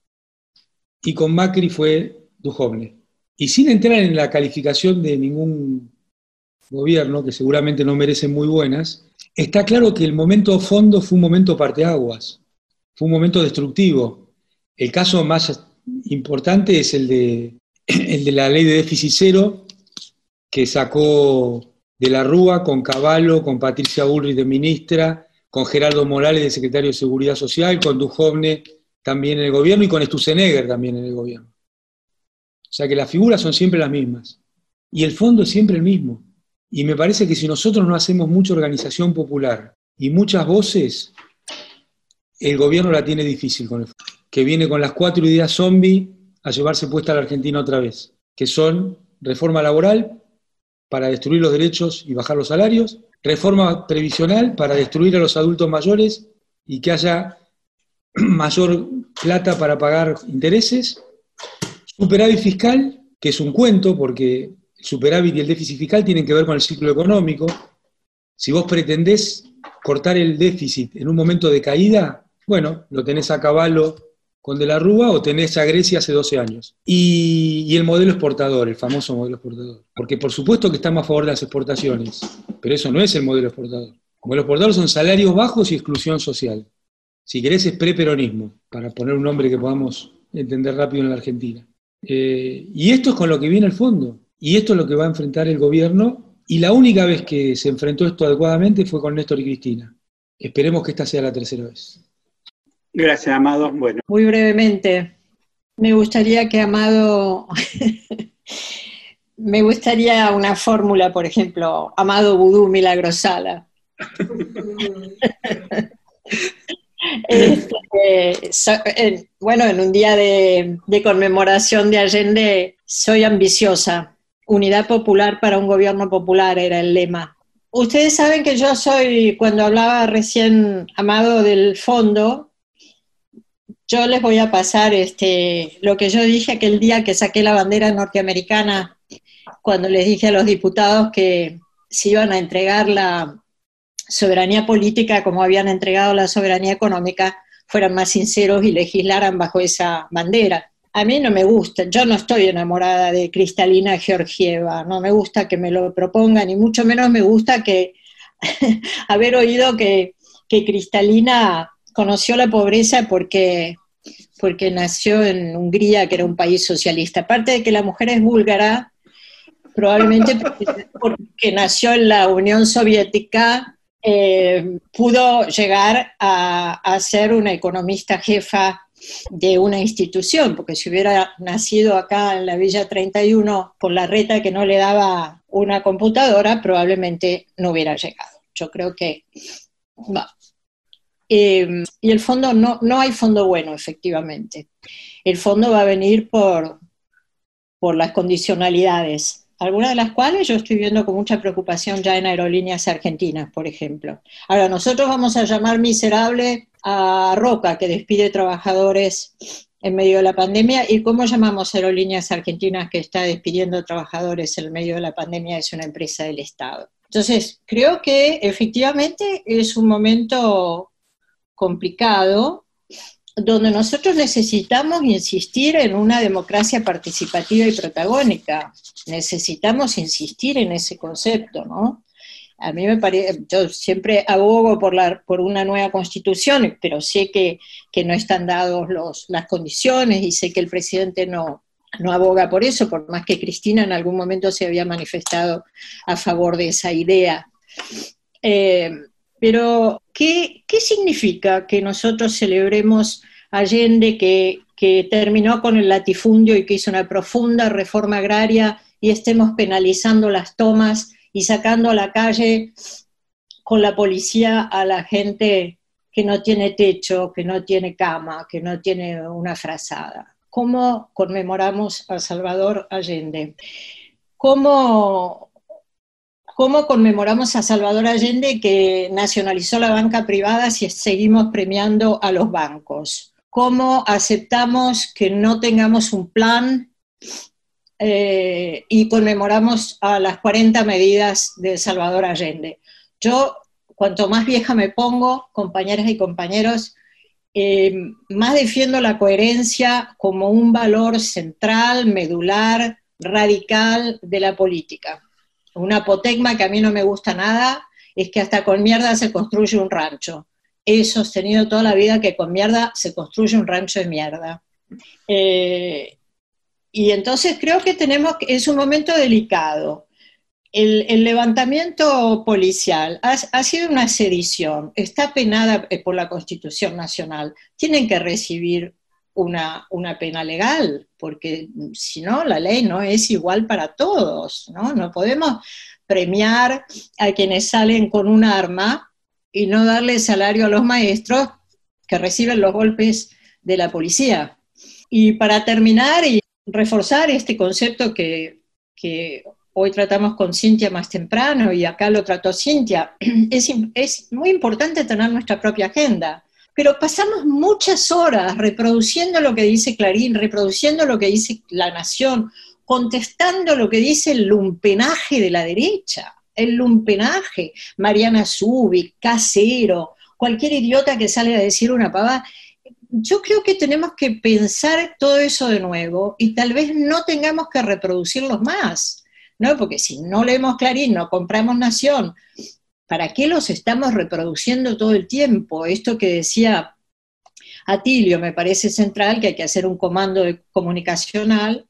y con Macri fue Duhovne. Y sin entrar en la calificación de ningún gobierno, que seguramente no merecen muy buenas, está claro que el momento fondo fue un momento parteaguas, fue un momento destructivo. El caso más importante es el de la ley de déficit cero, que sacó De la Rúa con Cavallo, con Patricia Bullrich de ministra, con Gerardo Morales de secretario de Seguridad Social, con Duhovne también en el gobierno y con Sturzenegger también en el gobierno. O sea que las figuras son siempre las mismas. Y el fondo es siempre el mismo. Y me parece que si nosotros no hacemos mucha organización popular y muchas voces, el gobierno la tiene difícil con el fondo. Que viene con las 4 ideas zombie a llevarse puesta a la Argentina otra vez, que son reforma laboral para destruir los derechos y bajar los salarios, reforma previsional para destruir a los adultos mayores y que haya mayor plata para pagar intereses, superávit fiscal, que es un cuento porque el superávit y el déficit fiscal tienen que ver con el ciclo económico. Si vos pretendés cortar el déficit en un momento de caída, bueno, lo tenés a Cavallo con De la Rúa o tenés a Grecia hace 12 años. Y el modelo exportador, el famoso modelo exportador. Porque por supuesto que estamos a favor de las exportaciones, pero eso no es el modelo exportador. El modelo exportador son salarios bajos y exclusión social. Si querés es preperonismo, para poner un nombre que podamos entender rápido en la Argentina. Y esto es con lo que viene el fondo. Y esto es lo que va a enfrentar el gobierno, y la única vez que se enfrentó esto adecuadamente fue con Néstor y Cristina. Esperemos que esta sea la tercera vez. Gracias, Amado. Bueno. Muy brevemente, me gustaría que Amado, me gustaría una fórmula, por ejemplo, Amado Vudú Milagrosala. Bueno, en un día de conmemoración de Allende, soy ambiciosa. Unidad popular para un gobierno popular era el lema. Ustedes saben que yo soy, cuando hablaba recién, Amado, del fondo, yo les voy a pasar lo que yo dije aquel día que saqué la bandera norteamericana, cuando les dije a los diputados que se iban a entregar la soberanía política como habían entregado la soberanía económica, fueran más sinceros y legislaran bajo esa bandera. A mí no me gusta, yo no estoy enamorada de Cristalina Georgieva, no me gusta que me lo propongan, y mucho menos me gusta que haber oído que Cristalina conoció la pobreza porque nació en Hungría, que era un país socialista. Aparte de que la mujer es búlgara, probablemente porque nació en la Unión Soviética, pudo llegar a ser una economista jefa de una institución, porque si hubiera nacido acá en la Villa 31 con la reta que no le daba una computadora, probablemente no hubiera llegado. Yo creo que va. Y el fondo, no hay fondo bueno, efectivamente. El fondo va a venir por las condicionalidades, algunas de las cuales yo estoy viendo con mucha preocupación ya en Aerolíneas Argentinas, por ejemplo. Ahora, nosotros vamos a llamar miserable a Roca, que despide trabajadores en medio de la pandemia, y ¿cómo llamamos a Aerolíneas Argentinas, que está despidiendo trabajadores en medio de la pandemia? Es una empresa del Estado. Entonces, creo que efectivamente es un momento complicado, donde nosotros necesitamos insistir en una democracia participativa y protagónica. Necesitamos insistir en ese concepto, ¿no? A mí me parece, yo siempre abogo por una nueva constitución, pero sé que no están dadas las condiciones, y sé que el presidente no aboga por eso, por más que Cristina en algún momento se había manifestado a favor de esa idea. Pero, ¿qué significa que nosotros celebremos Allende, que terminó con el latifundio y que hizo una profunda reforma agraria, y estemos penalizando las tomas y sacando a la calle con la policía a la gente que no tiene techo, que no tiene cama, que no tiene una frazada? ¿Cómo conmemoramos a Salvador Allende? ¿Cómo conmemoramos a Salvador Allende, que nacionalizó la banca privada, si seguimos premiando a los bancos? ¿Cómo aceptamos que no tengamos un plan y conmemoramos a las 40 medidas de Salvador Allende? Yo, cuanto más vieja me pongo, compañeras y compañeros, más defiendo la coherencia como un valor central, medular, radical de la política. Un apotegma que a mí no me gusta nada es que hasta con mierda se construye un rancho. He sostenido toda la vida que con mierda se construye un rancho de mierda. Y entonces creo que es un momento delicado. El levantamiento policial ha sido una sedición, está penada por la Constitución Nacional. Tienen que recibir una pena legal, porque si no, la ley no es igual para todos, ¿no? No podemos premiar a quienes salen con un arma y no darle salario a los maestros que reciben los golpes de la policía. Y para terminar y reforzar este concepto que hoy tratamos con Cintia más temprano, y acá lo trató Cintia, es muy importante tener nuestra propia agenda, pero pasamos muchas horas reproduciendo lo que dice Clarín, reproduciendo lo que dice La Nación, contestando lo que dice el lumpenaje de la derecha, el lumpenaje, Mariana Zubik, Casero, cualquier idiota que sale a decir una pavada. Yo creo que tenemos que pensar todo eso de nuevo, y tal vez no tengamos que reproducirlos más, ¿no? Porque si no leemos Clarín, no compramos Nación, ¿para qué los estamos reproduciendo todo el tiempo? Esto que decía Atilio me parece central, que hay que hacer un comando comunicacional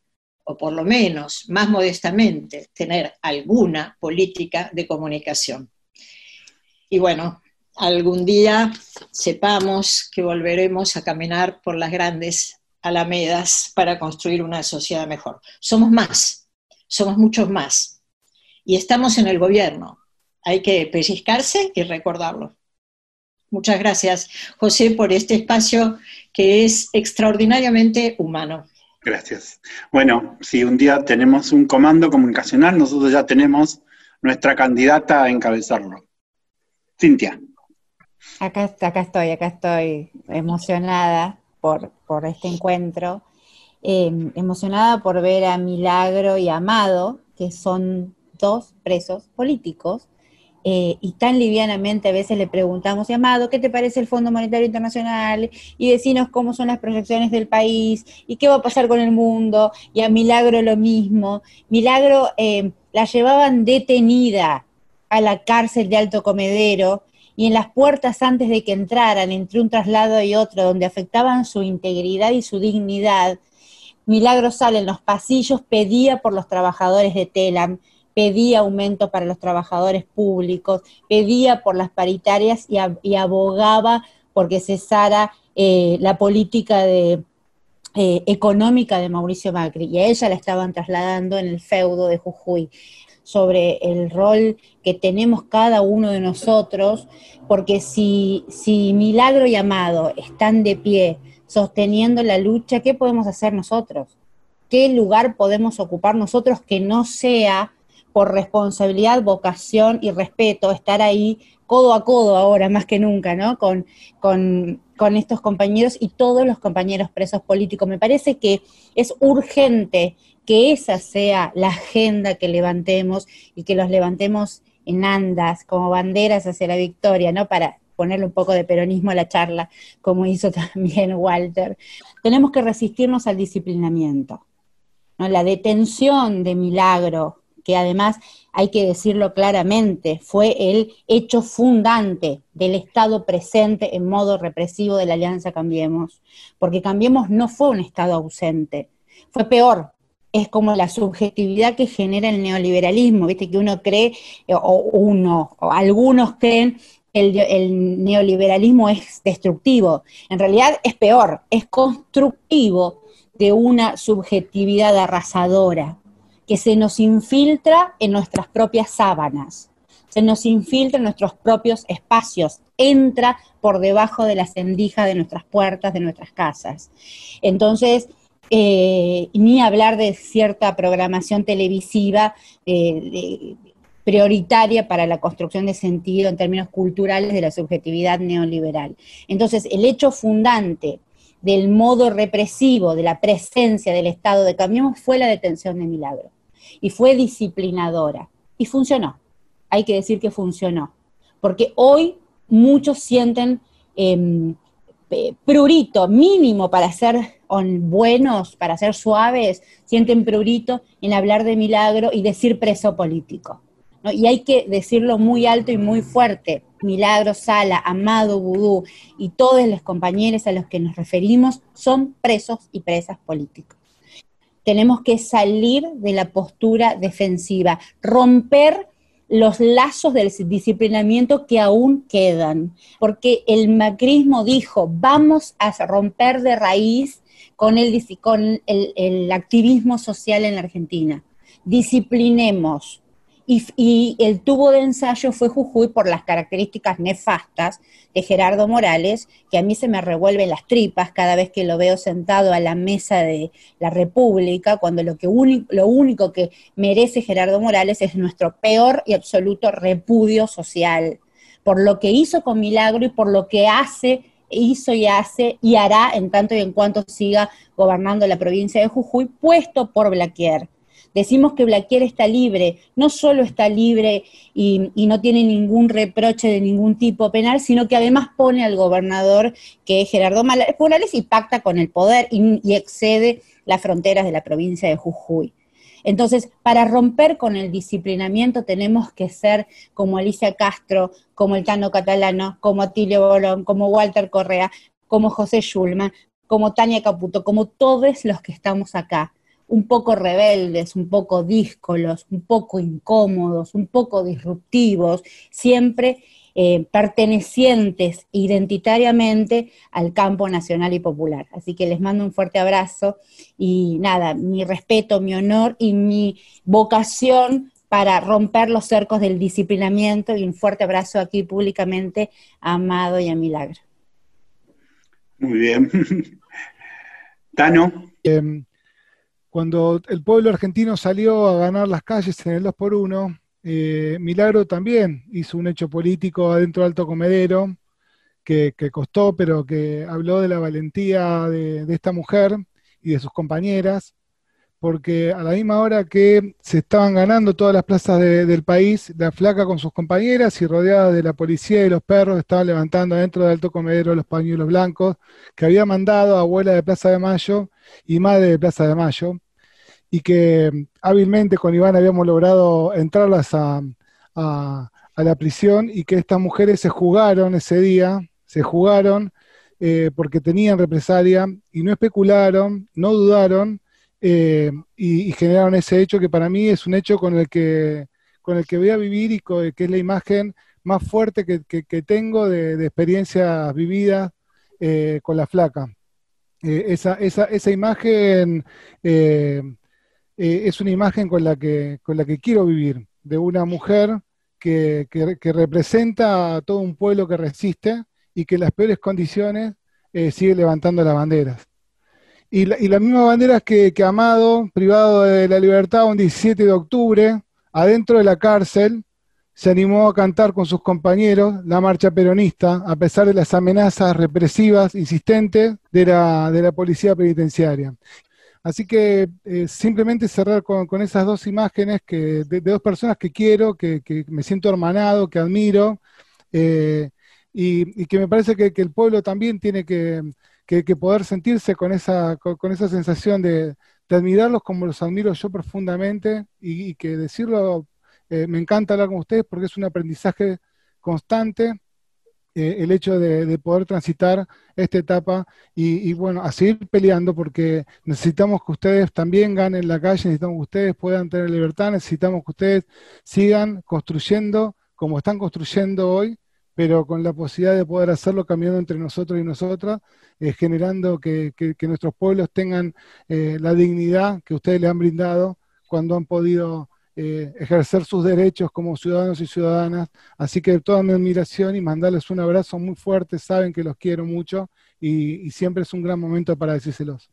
o por lo menos, más modestamente, tener alguna política de comunicación. Y bueno, algún día sepamos que volveremos a caminar por las grandes alamedas para construir una sociedad mejor. Somos más, somos muchos más, y estamos en el gobierno. Hay que pellizcarse y recordarlo. Muchas gracias, José, por este espacio que es extraordinariamente humano. Gracias. Bueno, si un día tenemos un comando comunicacional, nosotros ya tenemos nuestra candidata a encabezarlo. Cintia. Acá estoy emocionada por este encuentro, emocionada por ver a Milagro y a Amado, que son dos presos políticos, y tan livianamente a veces le preguntamos, Amado, ¿qué te parece el Fondo Monetario Internacional? Y decinos cómo son las proyecciones del país, y qué va a pasar con el mundo, y a Milagro lo mismo. Milagro la llevaban detenida a la cárcel de Alto Comedero, y en las puertas antes de que entraran, entre un traslado y otro, donde afectaban su integridad y su dignidad, Milagro sale en los pasillos, pedía por los trabajadores de Telam, pedía aumento para los trabajadores públicos, pedía por las paritarias y abogaba porque cesara la política económica de Mauricio Macri, y a ella la estaban trasladando en el feudo de Jujuy, sobre el rol que tenemos cada uno de nosotros, porque si Milagro y Amado están de pie sosteniendo la lucha, ¿qué podemos hacer nosotros? ¿Qué lugar podemos ocupar nosotros que no sea por responsabilidad, vocación y respeto, estar ahí codo a codo ahora más que nunca, ¿no? Con estos compañeros y todos los compañeros presos políticos? Me parece que es urgente que esa sea la agenda que levantemos, y que los levantemos en andas, como banderas hacia la victoria, ¿no? Para ponerle un poco de peronismo a la charla, como hizo también Walter. Tenemos que resistirnos al disciplinamiento, ¿no? La detención de Milagro, que además, hay que decirlo claramente, fue el hecho fundante del Estado presente en modo represivo de la Alianza Cambiemos, porque Cambiemos no fue un Estado ausente, fue peor. Es como la subjetividad que genera el neoliberalismo, viste, que uno cree, o algunos creen que el neoliberalismo es destructivo. En realidad es peor, es constructivo de una subjetividad arrasadora, que se nos infiltra en nuestras propias sábanas, se nos infiltra en nuestros propios espacios, entra por debajo de las endijas de nuestras puertas, de nuestras casas. Entonces, ni hablar de cierta programación televisiva prioritaria para la construcción de sentido en términos culturales de la subjetividad neoliberal. Entonces, el hecho fundante del modo represivo, de la presencia del Estado de Cambiemos, fue la detención de Milagro, y fue disciplinadora, y funcionó, hay que decir que funcionó, porque hoy muchos sienten prurito mínimo para ser buenos, para ser suaves, sienten prurito en hablar de Milagro y decir preso político, ¿no? Y hay que decirlo muy alto y muy fuerte. Milagro, Sala, Amado, Vudú y todos los compañeros a los que nos referimos son presos y presas políticos. Tenemos que salir de la postura defensiva, romper los lazos del disciplinamiento que aún quedan, porque el macrismo dijo, vamos a romper de raíz con el activismo social en la Argentina, disciplinemos, y el tubo de ensayo fue Jujuy por las características nefastas de Gerardo Morales, que a mí se me revuelven las tripas cada vez que lo veo sentado a la mesa de la República, cuando lo único que merece Gerardo Morales es nuestro peor y absoluto repudio social, por lo que hizo con Milagro y por lo que hizo y hará en tanto y en cuanto siga gobernando la provincia de Jujuy, puesto por Blaquier. Decimos que Blaquier está libre, no solo está libre y no tiene ningún reproche de ningún tipo penal, sino que además pone al gobernador, que es Gerardo Morales, y pacta con el poder y excede las fronteras de la provincia de Jujuy. Entonces, para romper con el disciplinamiento tenemos que ser como Alicia Castro, como el Tano Catalano, como Atilio Bolón, como Walter Correa, como José Schulman, como Tania Caputo, como todos los que estamos acá. un poco rebeldes, un poco díscolos, un poco incómodos, un poco disruptivos, siempre pertenecientes identitariamente al campo nacional y popular. Así que les mando un fuerte abrazo y nada, mi respeto, mi honor y mi vocación para romper los cercos del disciplinamiento, y un fuerte abrazo aquí públicamente a Amado y a Milagro. Muy bien. Tano. Cuando el pueblo argentino salió a ganar las calles en el 2x1, Milagro también hizo un hecho político adentro de Alto Comedero, que costó, pero que habló de la valentía de esta mujer y de sus compañeras, porque a la misma hora que se estaban ganando todas las plazas del país, la flaca con sus compañeras y rodeada de la policía y los perros estaban levantando dentro de Alto Comedero los pañuelos blancos que había mandado abuela de Plaza de Mayo y madre de Plaza de Mayo, y que hábilmente con Iván habíamos logrado entrarlas a la prisión, y que estas mujeres se jugaron ese día, porque tenían represalia y no especularon, no dudaron, y generaron ese hecho que para mí es un hecho con el que voy a vivir, y que es la imagen más fuerte que tengo de experiencias vividas con la flaca. Esa imagen es una imagen con la que quiero vivir, de una mujer que representa a todo un pueblo que resiste y que en las peores condiciones sigue levantando las banderas. Y las mismas banderas que Amado, privado de la libertad un 17 de octubre, adentro de la cárcel, se animó a cantar con sus compañeros la marcha peronista, a pesar de las amenazas represivas insistentes de la policía penitenciaria. Así que simplemente cerrar con esas dos imágenes de dos personas que quiero, que me siento hermanado, que admiro, y que me parece que el pueblo también tiene que poder sentirse con esa sensación de admirarlos como los admiro yo profundamente, y que decirlo, me encanta hablar con ustedes porque es un aprendizaje constante, el hecho de poder transitar esta etapa y bueno, a seguir peleando, porque necesitamos que ustedes también ganen la calle, necesitamos que ustedes puedan tener libertad, necesitamos que ustedes sigan construyendo como están construyendo hoy, pero con la posibilidad de poder hacerlo caminando entre nosotros y nosotras, generando que nuestros pueblos tengan la dignidad que ustedes le han brindado cuando han podido ejercer sus derechos como ciudadanos y ciudadanas. Así que toda mi admiración y mandarles un abrazo muy fuerte, saben que los quiero mucho y siempre es un gran momento para decírselos.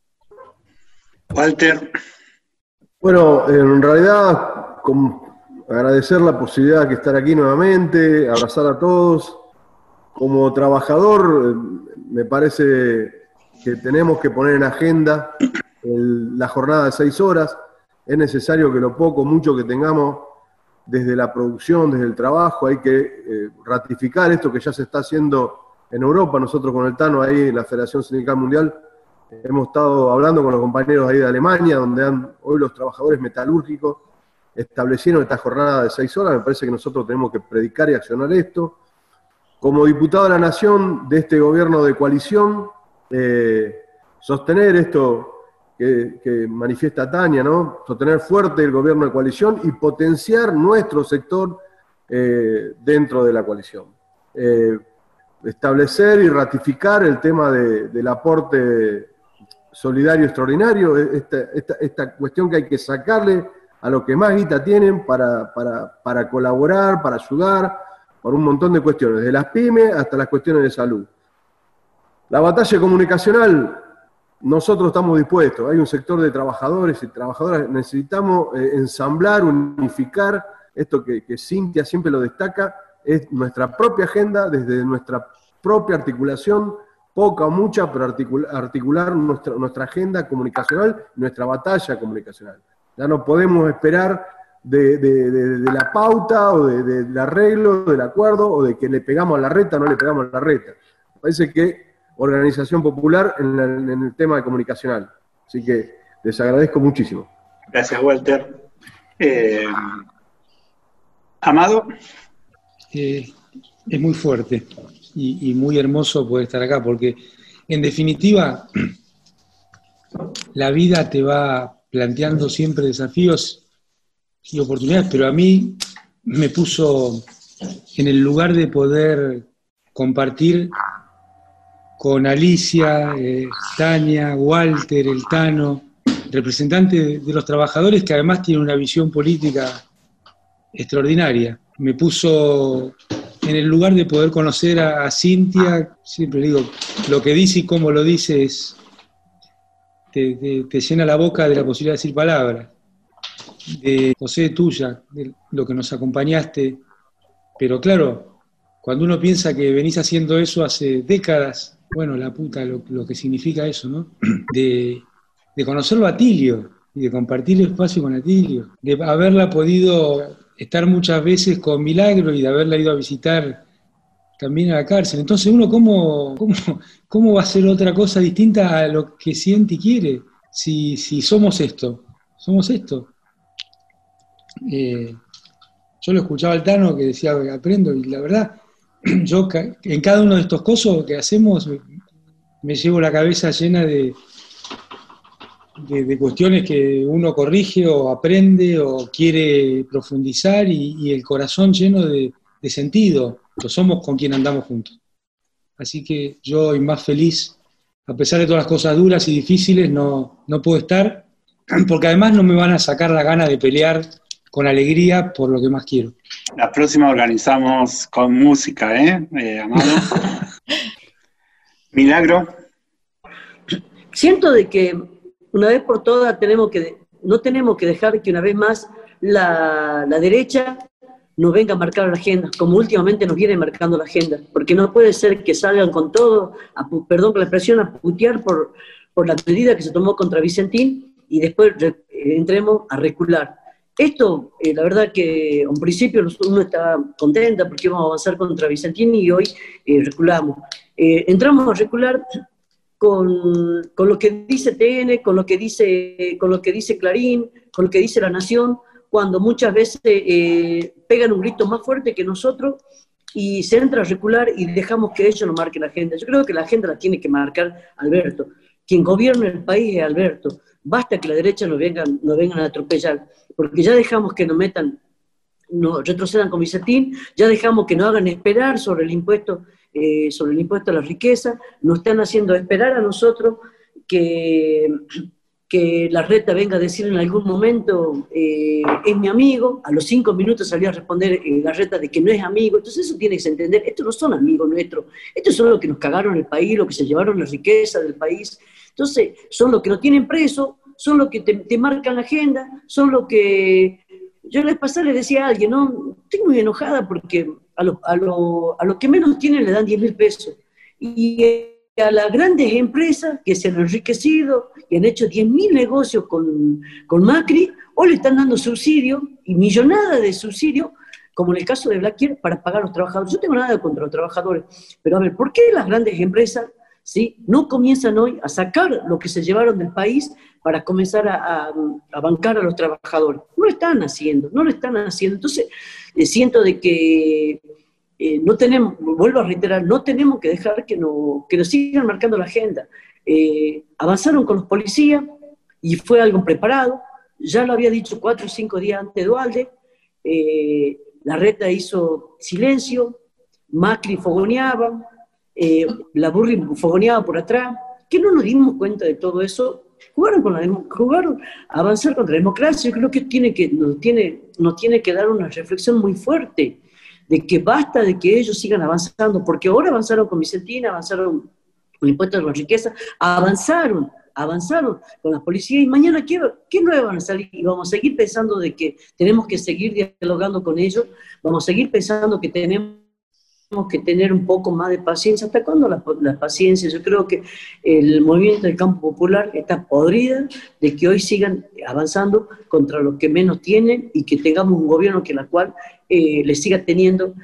Walter. Bueno, en realidad, agradecer la posibilidad de estar aquí nuevamente, abrazar a todos. Como trabajador, me parece que tenemos que poner en agenda la jornada de 6 horas. Es necesario que lo poco, mucho que tengamos desde la producción, desde el trabajo, hay que ratificar esto que ya se está haciendo en Europa. Nosotros con el Tano, ahí en la Federación Sindical Mundial, hemos estado hablando con los compañeros ahí de Alemania, donde hoy los trabajadores metalúrgicos establecieron esta jornada de 6 horas. Me parece que nosotros tenemos que predicar y accionar esto. Como diputado de la Nación de este gobierno de coalición, sostener esto que manifiesta Tania, ¿no? Sostener fuerte el gobierno de coalición y potenciar nuestro sector dentro de la coalición. Establecer y ratificar el tema del aporte solidario extraordinario, esta cuestión que hay que sacarle a los que más guita tienen para colaborar, para ayudar, por un montón de cuestiones, de las pymes hasta las cuestiones de salud. La batalla comunicacional, nosotros estamos dispuestos, hay un sector de trabajadores y trabajadoras, necesitamos ensamblar, unificar, esto que Cintia siempre lo destaca, es nuestra propia agenda, desde nuestra propia articulación, poca o mucha, pero articular nuestra agenda comunicacional, nuestra batalla comunicacional. Ya no podemos esperar de la pauta o del arreglo, del acuerdo, o de que le pegamos a la reta o no le pegamos a la reta. Parece que organización popular en el tema de comunicacional. Así que les agradezco muchísimo. Gracias, Walter. Amado. Es muy fuerte y muy hermoso poder estar acá, porque en definitiva la vida te va planteando siempre desafíos y oportunidades, pero a mí me puso en el lugar de poder compartir con Alicia, Tania, Walter, el Tano, representantes de los trabajadores que además tienen una visión política extraordinaria. Me puso en el lugar de poder conocer a Cintia. Siempre digo, lo que dice y cómo lo dice te llena la boca de la posibilidad de decir palabras. De José, tuya, de lo que nos acompañaste, pero claro, cuando uno piensa que venís haciendo eso hace décadas, bueno, la puta, lo que significa eso, ¿no? De conocerlo a Tilio y de compartir el espacio con Atilio, de haberla podido estar muchas veces con Milagro y de haberla ido a visitar también a la cárcel. Entonces uno, ¿cómo va a ser otra cosa distinta a lo que siente y quiere? Si somos esto, somos esto. Yo lo escuchaba al Tano que decía que aprendo, y la verdad, yo en cada uno de estos cosas que hacemos me llevo la cabeza llena de cuestiones que uno corrige o aprende o quiere profundizar, y el corazón lleno de sentido. Lo somos con quien andamos juntos. Así que yo hoy más feliz, a pesar de todas las cosas duras y difíciles, no puedo estar, porque además no me van a sacar la gana de pelear con alegría por lo que más quiero. La próxima organizamos con música, Amado? Milagro. Siento de que una vez por todas no tenemos que dejar que una vez más la derecha nos venga a marcar la agenda, como últimamente nos viene marcando la agenda, porque no puede ser que salgan con todo, perdón por la expresión, a putear por la medida que se tomó contra Vicentín y después entremos a recular. Esto, la verdad que en principio uno está contenta porque íbamos a avanzar contra Vicentín y hoy reculamos. Entramos a recular con lo que dice TN, con lo que dice Clarín, con lo que dice La Nación, cuando muchas veces pegan un grito más fuerte que nosotros y se entra a recular y dejamos que ellos nos marquen la agenda. Yo creo que la agenda la tiene que marcar Alberto. Quien gobierna el país es Alberto. Basta que la derecha nos vengan a atropellar, porque ya dejamos que nos retrocedan con Vicentín, ya dejamos que nos hagan esperar sobre el impuesto a la riqueza, nos están haciendo esperar a nosotros que Larreta venga a decir en algún momento, es mi amigo, a los 5 minutos salió a responder Larreta de que no es amigo. Entonces eso tiene que entender, estos no son amigos nuestros, estos son los que nos cagaron el país, los que se llevaron la riqueza del país. Entonces son los que nos tienen presos, son los que te marcan la agenda, son los que... Yo la vez pasada le decía a alguien, ¿no? Estoy muy enojada porque a los que menos tienen le dan 10.000 pesos. Y a las grandes empresas que se han enriquecido y han hecho 10.000 negocios con Macri, hoy le están dando subsidio y millonadas de subsidio, como en el caso de Blaquier, para pagar a los trabajadores. Yo no tengo nada contra los trabajadores, pero a ver, ¿por qué las grandes empresas no comienzan hoy a sacar lo que se llevaron del país para comenzar a bancar a los trabajadores? No lo están haciendo. Entonces, siento de que no tenemos, vuelvo a reiterar, no tenemos que dejar que nos sigan marcando la agenda. Avanzaron con los policías y fue algo preparado. Ya lo había dicho 4 o 5 días antes de Duhalde. Larreta hizo silencio, Macri fogoneaba, la Burri fogoneaba por atrás, que no nos dimos cuenta de todo eso. Jugaron a avanzar contra la democracia. Yo creo que nos tiene que dar una reflexión muy fuerte de que basta de que ellos sigan avanzando, porque ahora avanzaron con Vicentina, avanzaron con el impuesto de la riqueza, avanzaron con la policía, y mañana ¿qué nuevas van a salir? Y vamos a seguir pensando de que tenemos que seguir dialogando con ellos, vamos a seguir pensando que tenemos que tener un poco más de paciencia. ¿Hasta cuándo la paciencia? Yo creo que el movimiento del campo popular está podrida de que hoy sigan avanzando contra los que menos tienen y que tengamos un gobierno que la cual le siga teniendo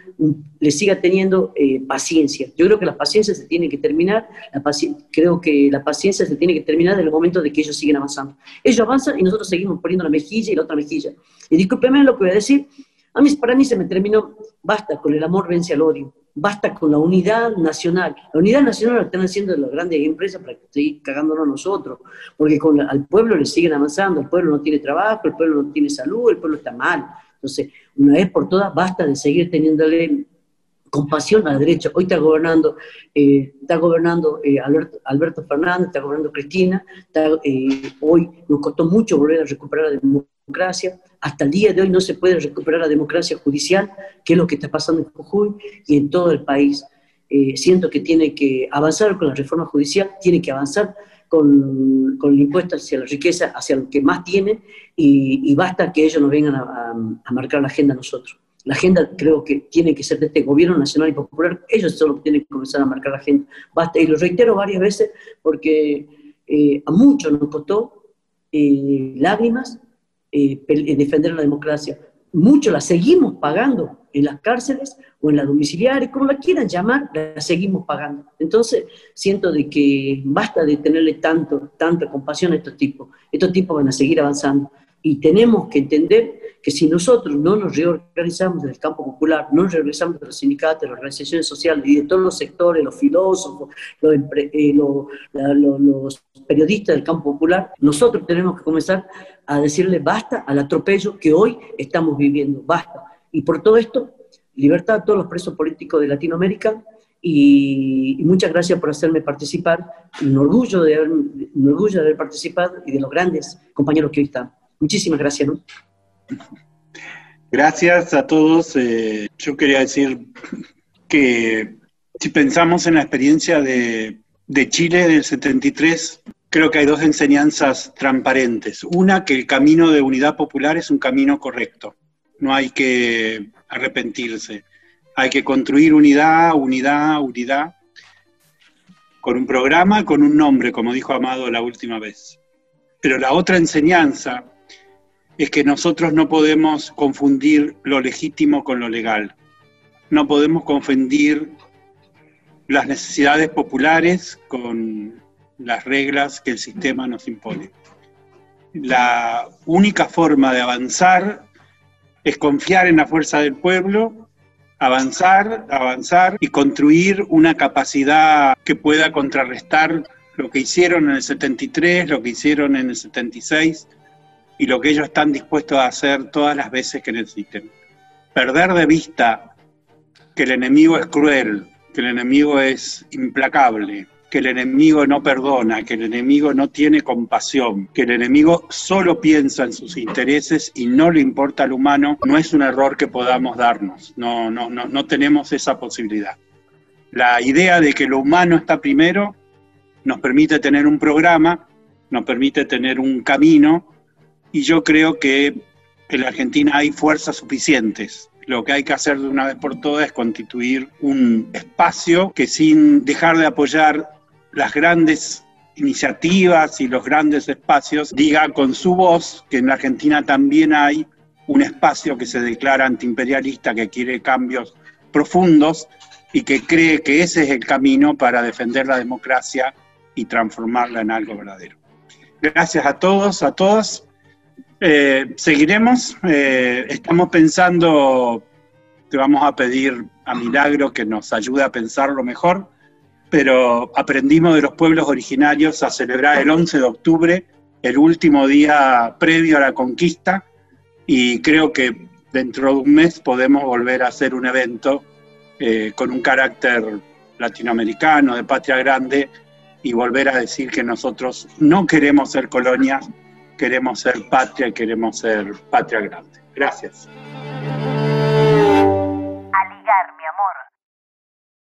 paciencia. Yo creo que la paciencia se tiene que terminar, creo que la paciencia se tiene que terminar en el momento de que ellos siguen avanzando. Ellos avanzan y nosotros seguimos poniendo la mejilla y la otra mejilla. Y discúlpeme lo que voy a decir, para mí se me terminó, basta con el amor vence al odio. basta con la unidad nacional. La unidad nacional la están haciendo las grandes empresas para seguir cagándonos a nosotros, porque al pueblo le siguen avanzando, el pueblo no tiene trabajo, el pueblo no tiene salud, el pueblo está mal. Entonces, una vez por todas, basta de seguir teniéndole compasión a la derecha. Hoy está gobernando Alberto Fernández, está gobernando Cristina, hoy nos costó mucho volver a recuperar la democracia, hasta el día de hoy no se puede recuperar la democracia judicial, que es lo que está pasando en Jujuy y en todo el país. Siento que tiene que avanzar con la reforma judicial, tiene que avanzar con el impuesto hacia la riqueza, hacia lo que más tiene, y basta que ellos nos vengan a marcar la agenda a nosotros. La agenda creo que tiene que ser de este gobierno nacional y popular, ellos solo tienen que comenzar a marcar la agenda. Basta, y lo reitero varias veces porque a muchos nos costó lágrimas defender la democracia. Muchos la seguimos pagando en las cárceles o en la domiciliaria, como la quieran llamar, la seguimos pagando. Entonces siento de que basta de tenerle tanta compasión a estos tipos van a seguir avanzando. Y tenemos que entender que si nosotros no nos reorganizamos del campo popular, no nos reorganizamos de los sindicatos, de las organizaciones sociales y de todos los sectores, los filósofos, los periodistas del campo popular, nosotros tenemos que comenzar a decirle basta al atropello que hoy estamos viviendo, basta. Y por todo esto, libertad a todos los presos políticos de Latinoamérica, y muchas gracias por hacerme participar, un orgullo de haber participado y de los grandes compañeros que hoy están. Muchísimas gracias, ¿no? Gracias a todos. Yo quería decir que si pensamos en la experiencia de Chile del 73, creo que hay dos enseñanzas transparentes. Una, que el camino de unidad popular es un camino correcto. No hay que arrepentirse. Hay que construir unidad, con un programa, con un nombre, como dijo Amado la última vez. Pero la otra enseñanza es que nosotros no podemos confundir lo legítimo con lo legal. No podemos confundir las necesidades populares con las reglas que el sistema nos impone. La única forma de avanzar es confiar en la fuerza del pueblo, avanzar y construir una capacidad que pueda contrarrestar lo que hicieron en el 73, lo que hicieron en el 76, y lo que ellos están dispuestos a hacer todas las veces que necesiten. Perder de vista que el enemigo es cruel, que el enemigo es implacable, que el enemigo no perdona, que el enemigo no tiene compasión, que el enemigo solo piensa en sus intereses y no le importa al humano, no es un error que podamos darnos. No tenemos esa posibilidad. La idea de que lo humano está primero nos permite tener un programa, nos permite tener un camino, y yo creo que en la Argentina hay fuerzas suficientes. Lo que hay que hacer de una vez por todas es constituir un espacio que, sin dejar de apoyar las grandes iniciativas y los grandes espacios, diga con su voz que en la Argentina también hay un espacio que se declara antiimperialista, que quiere cambios profundos y que cree que ese es el camino para defender la democracia y transformarla en algo verdadero. Gracias a todos, a todas. Seguiremos, estamos pensando que vamos a pedir a Milagro que nos ayude a pensarlo mejor, pero aprendimos de los pueblos originarios a celebrar el 11 de octubre, el último día previo a la conquista, y creo que dentro de un mes podemos volver a hacer un evento con un carácter latinoamericano, de patria grande, y volver a decir que nosotros no queremos ser colonias, queremos ser patria y queremos ser patria grande. Gracias.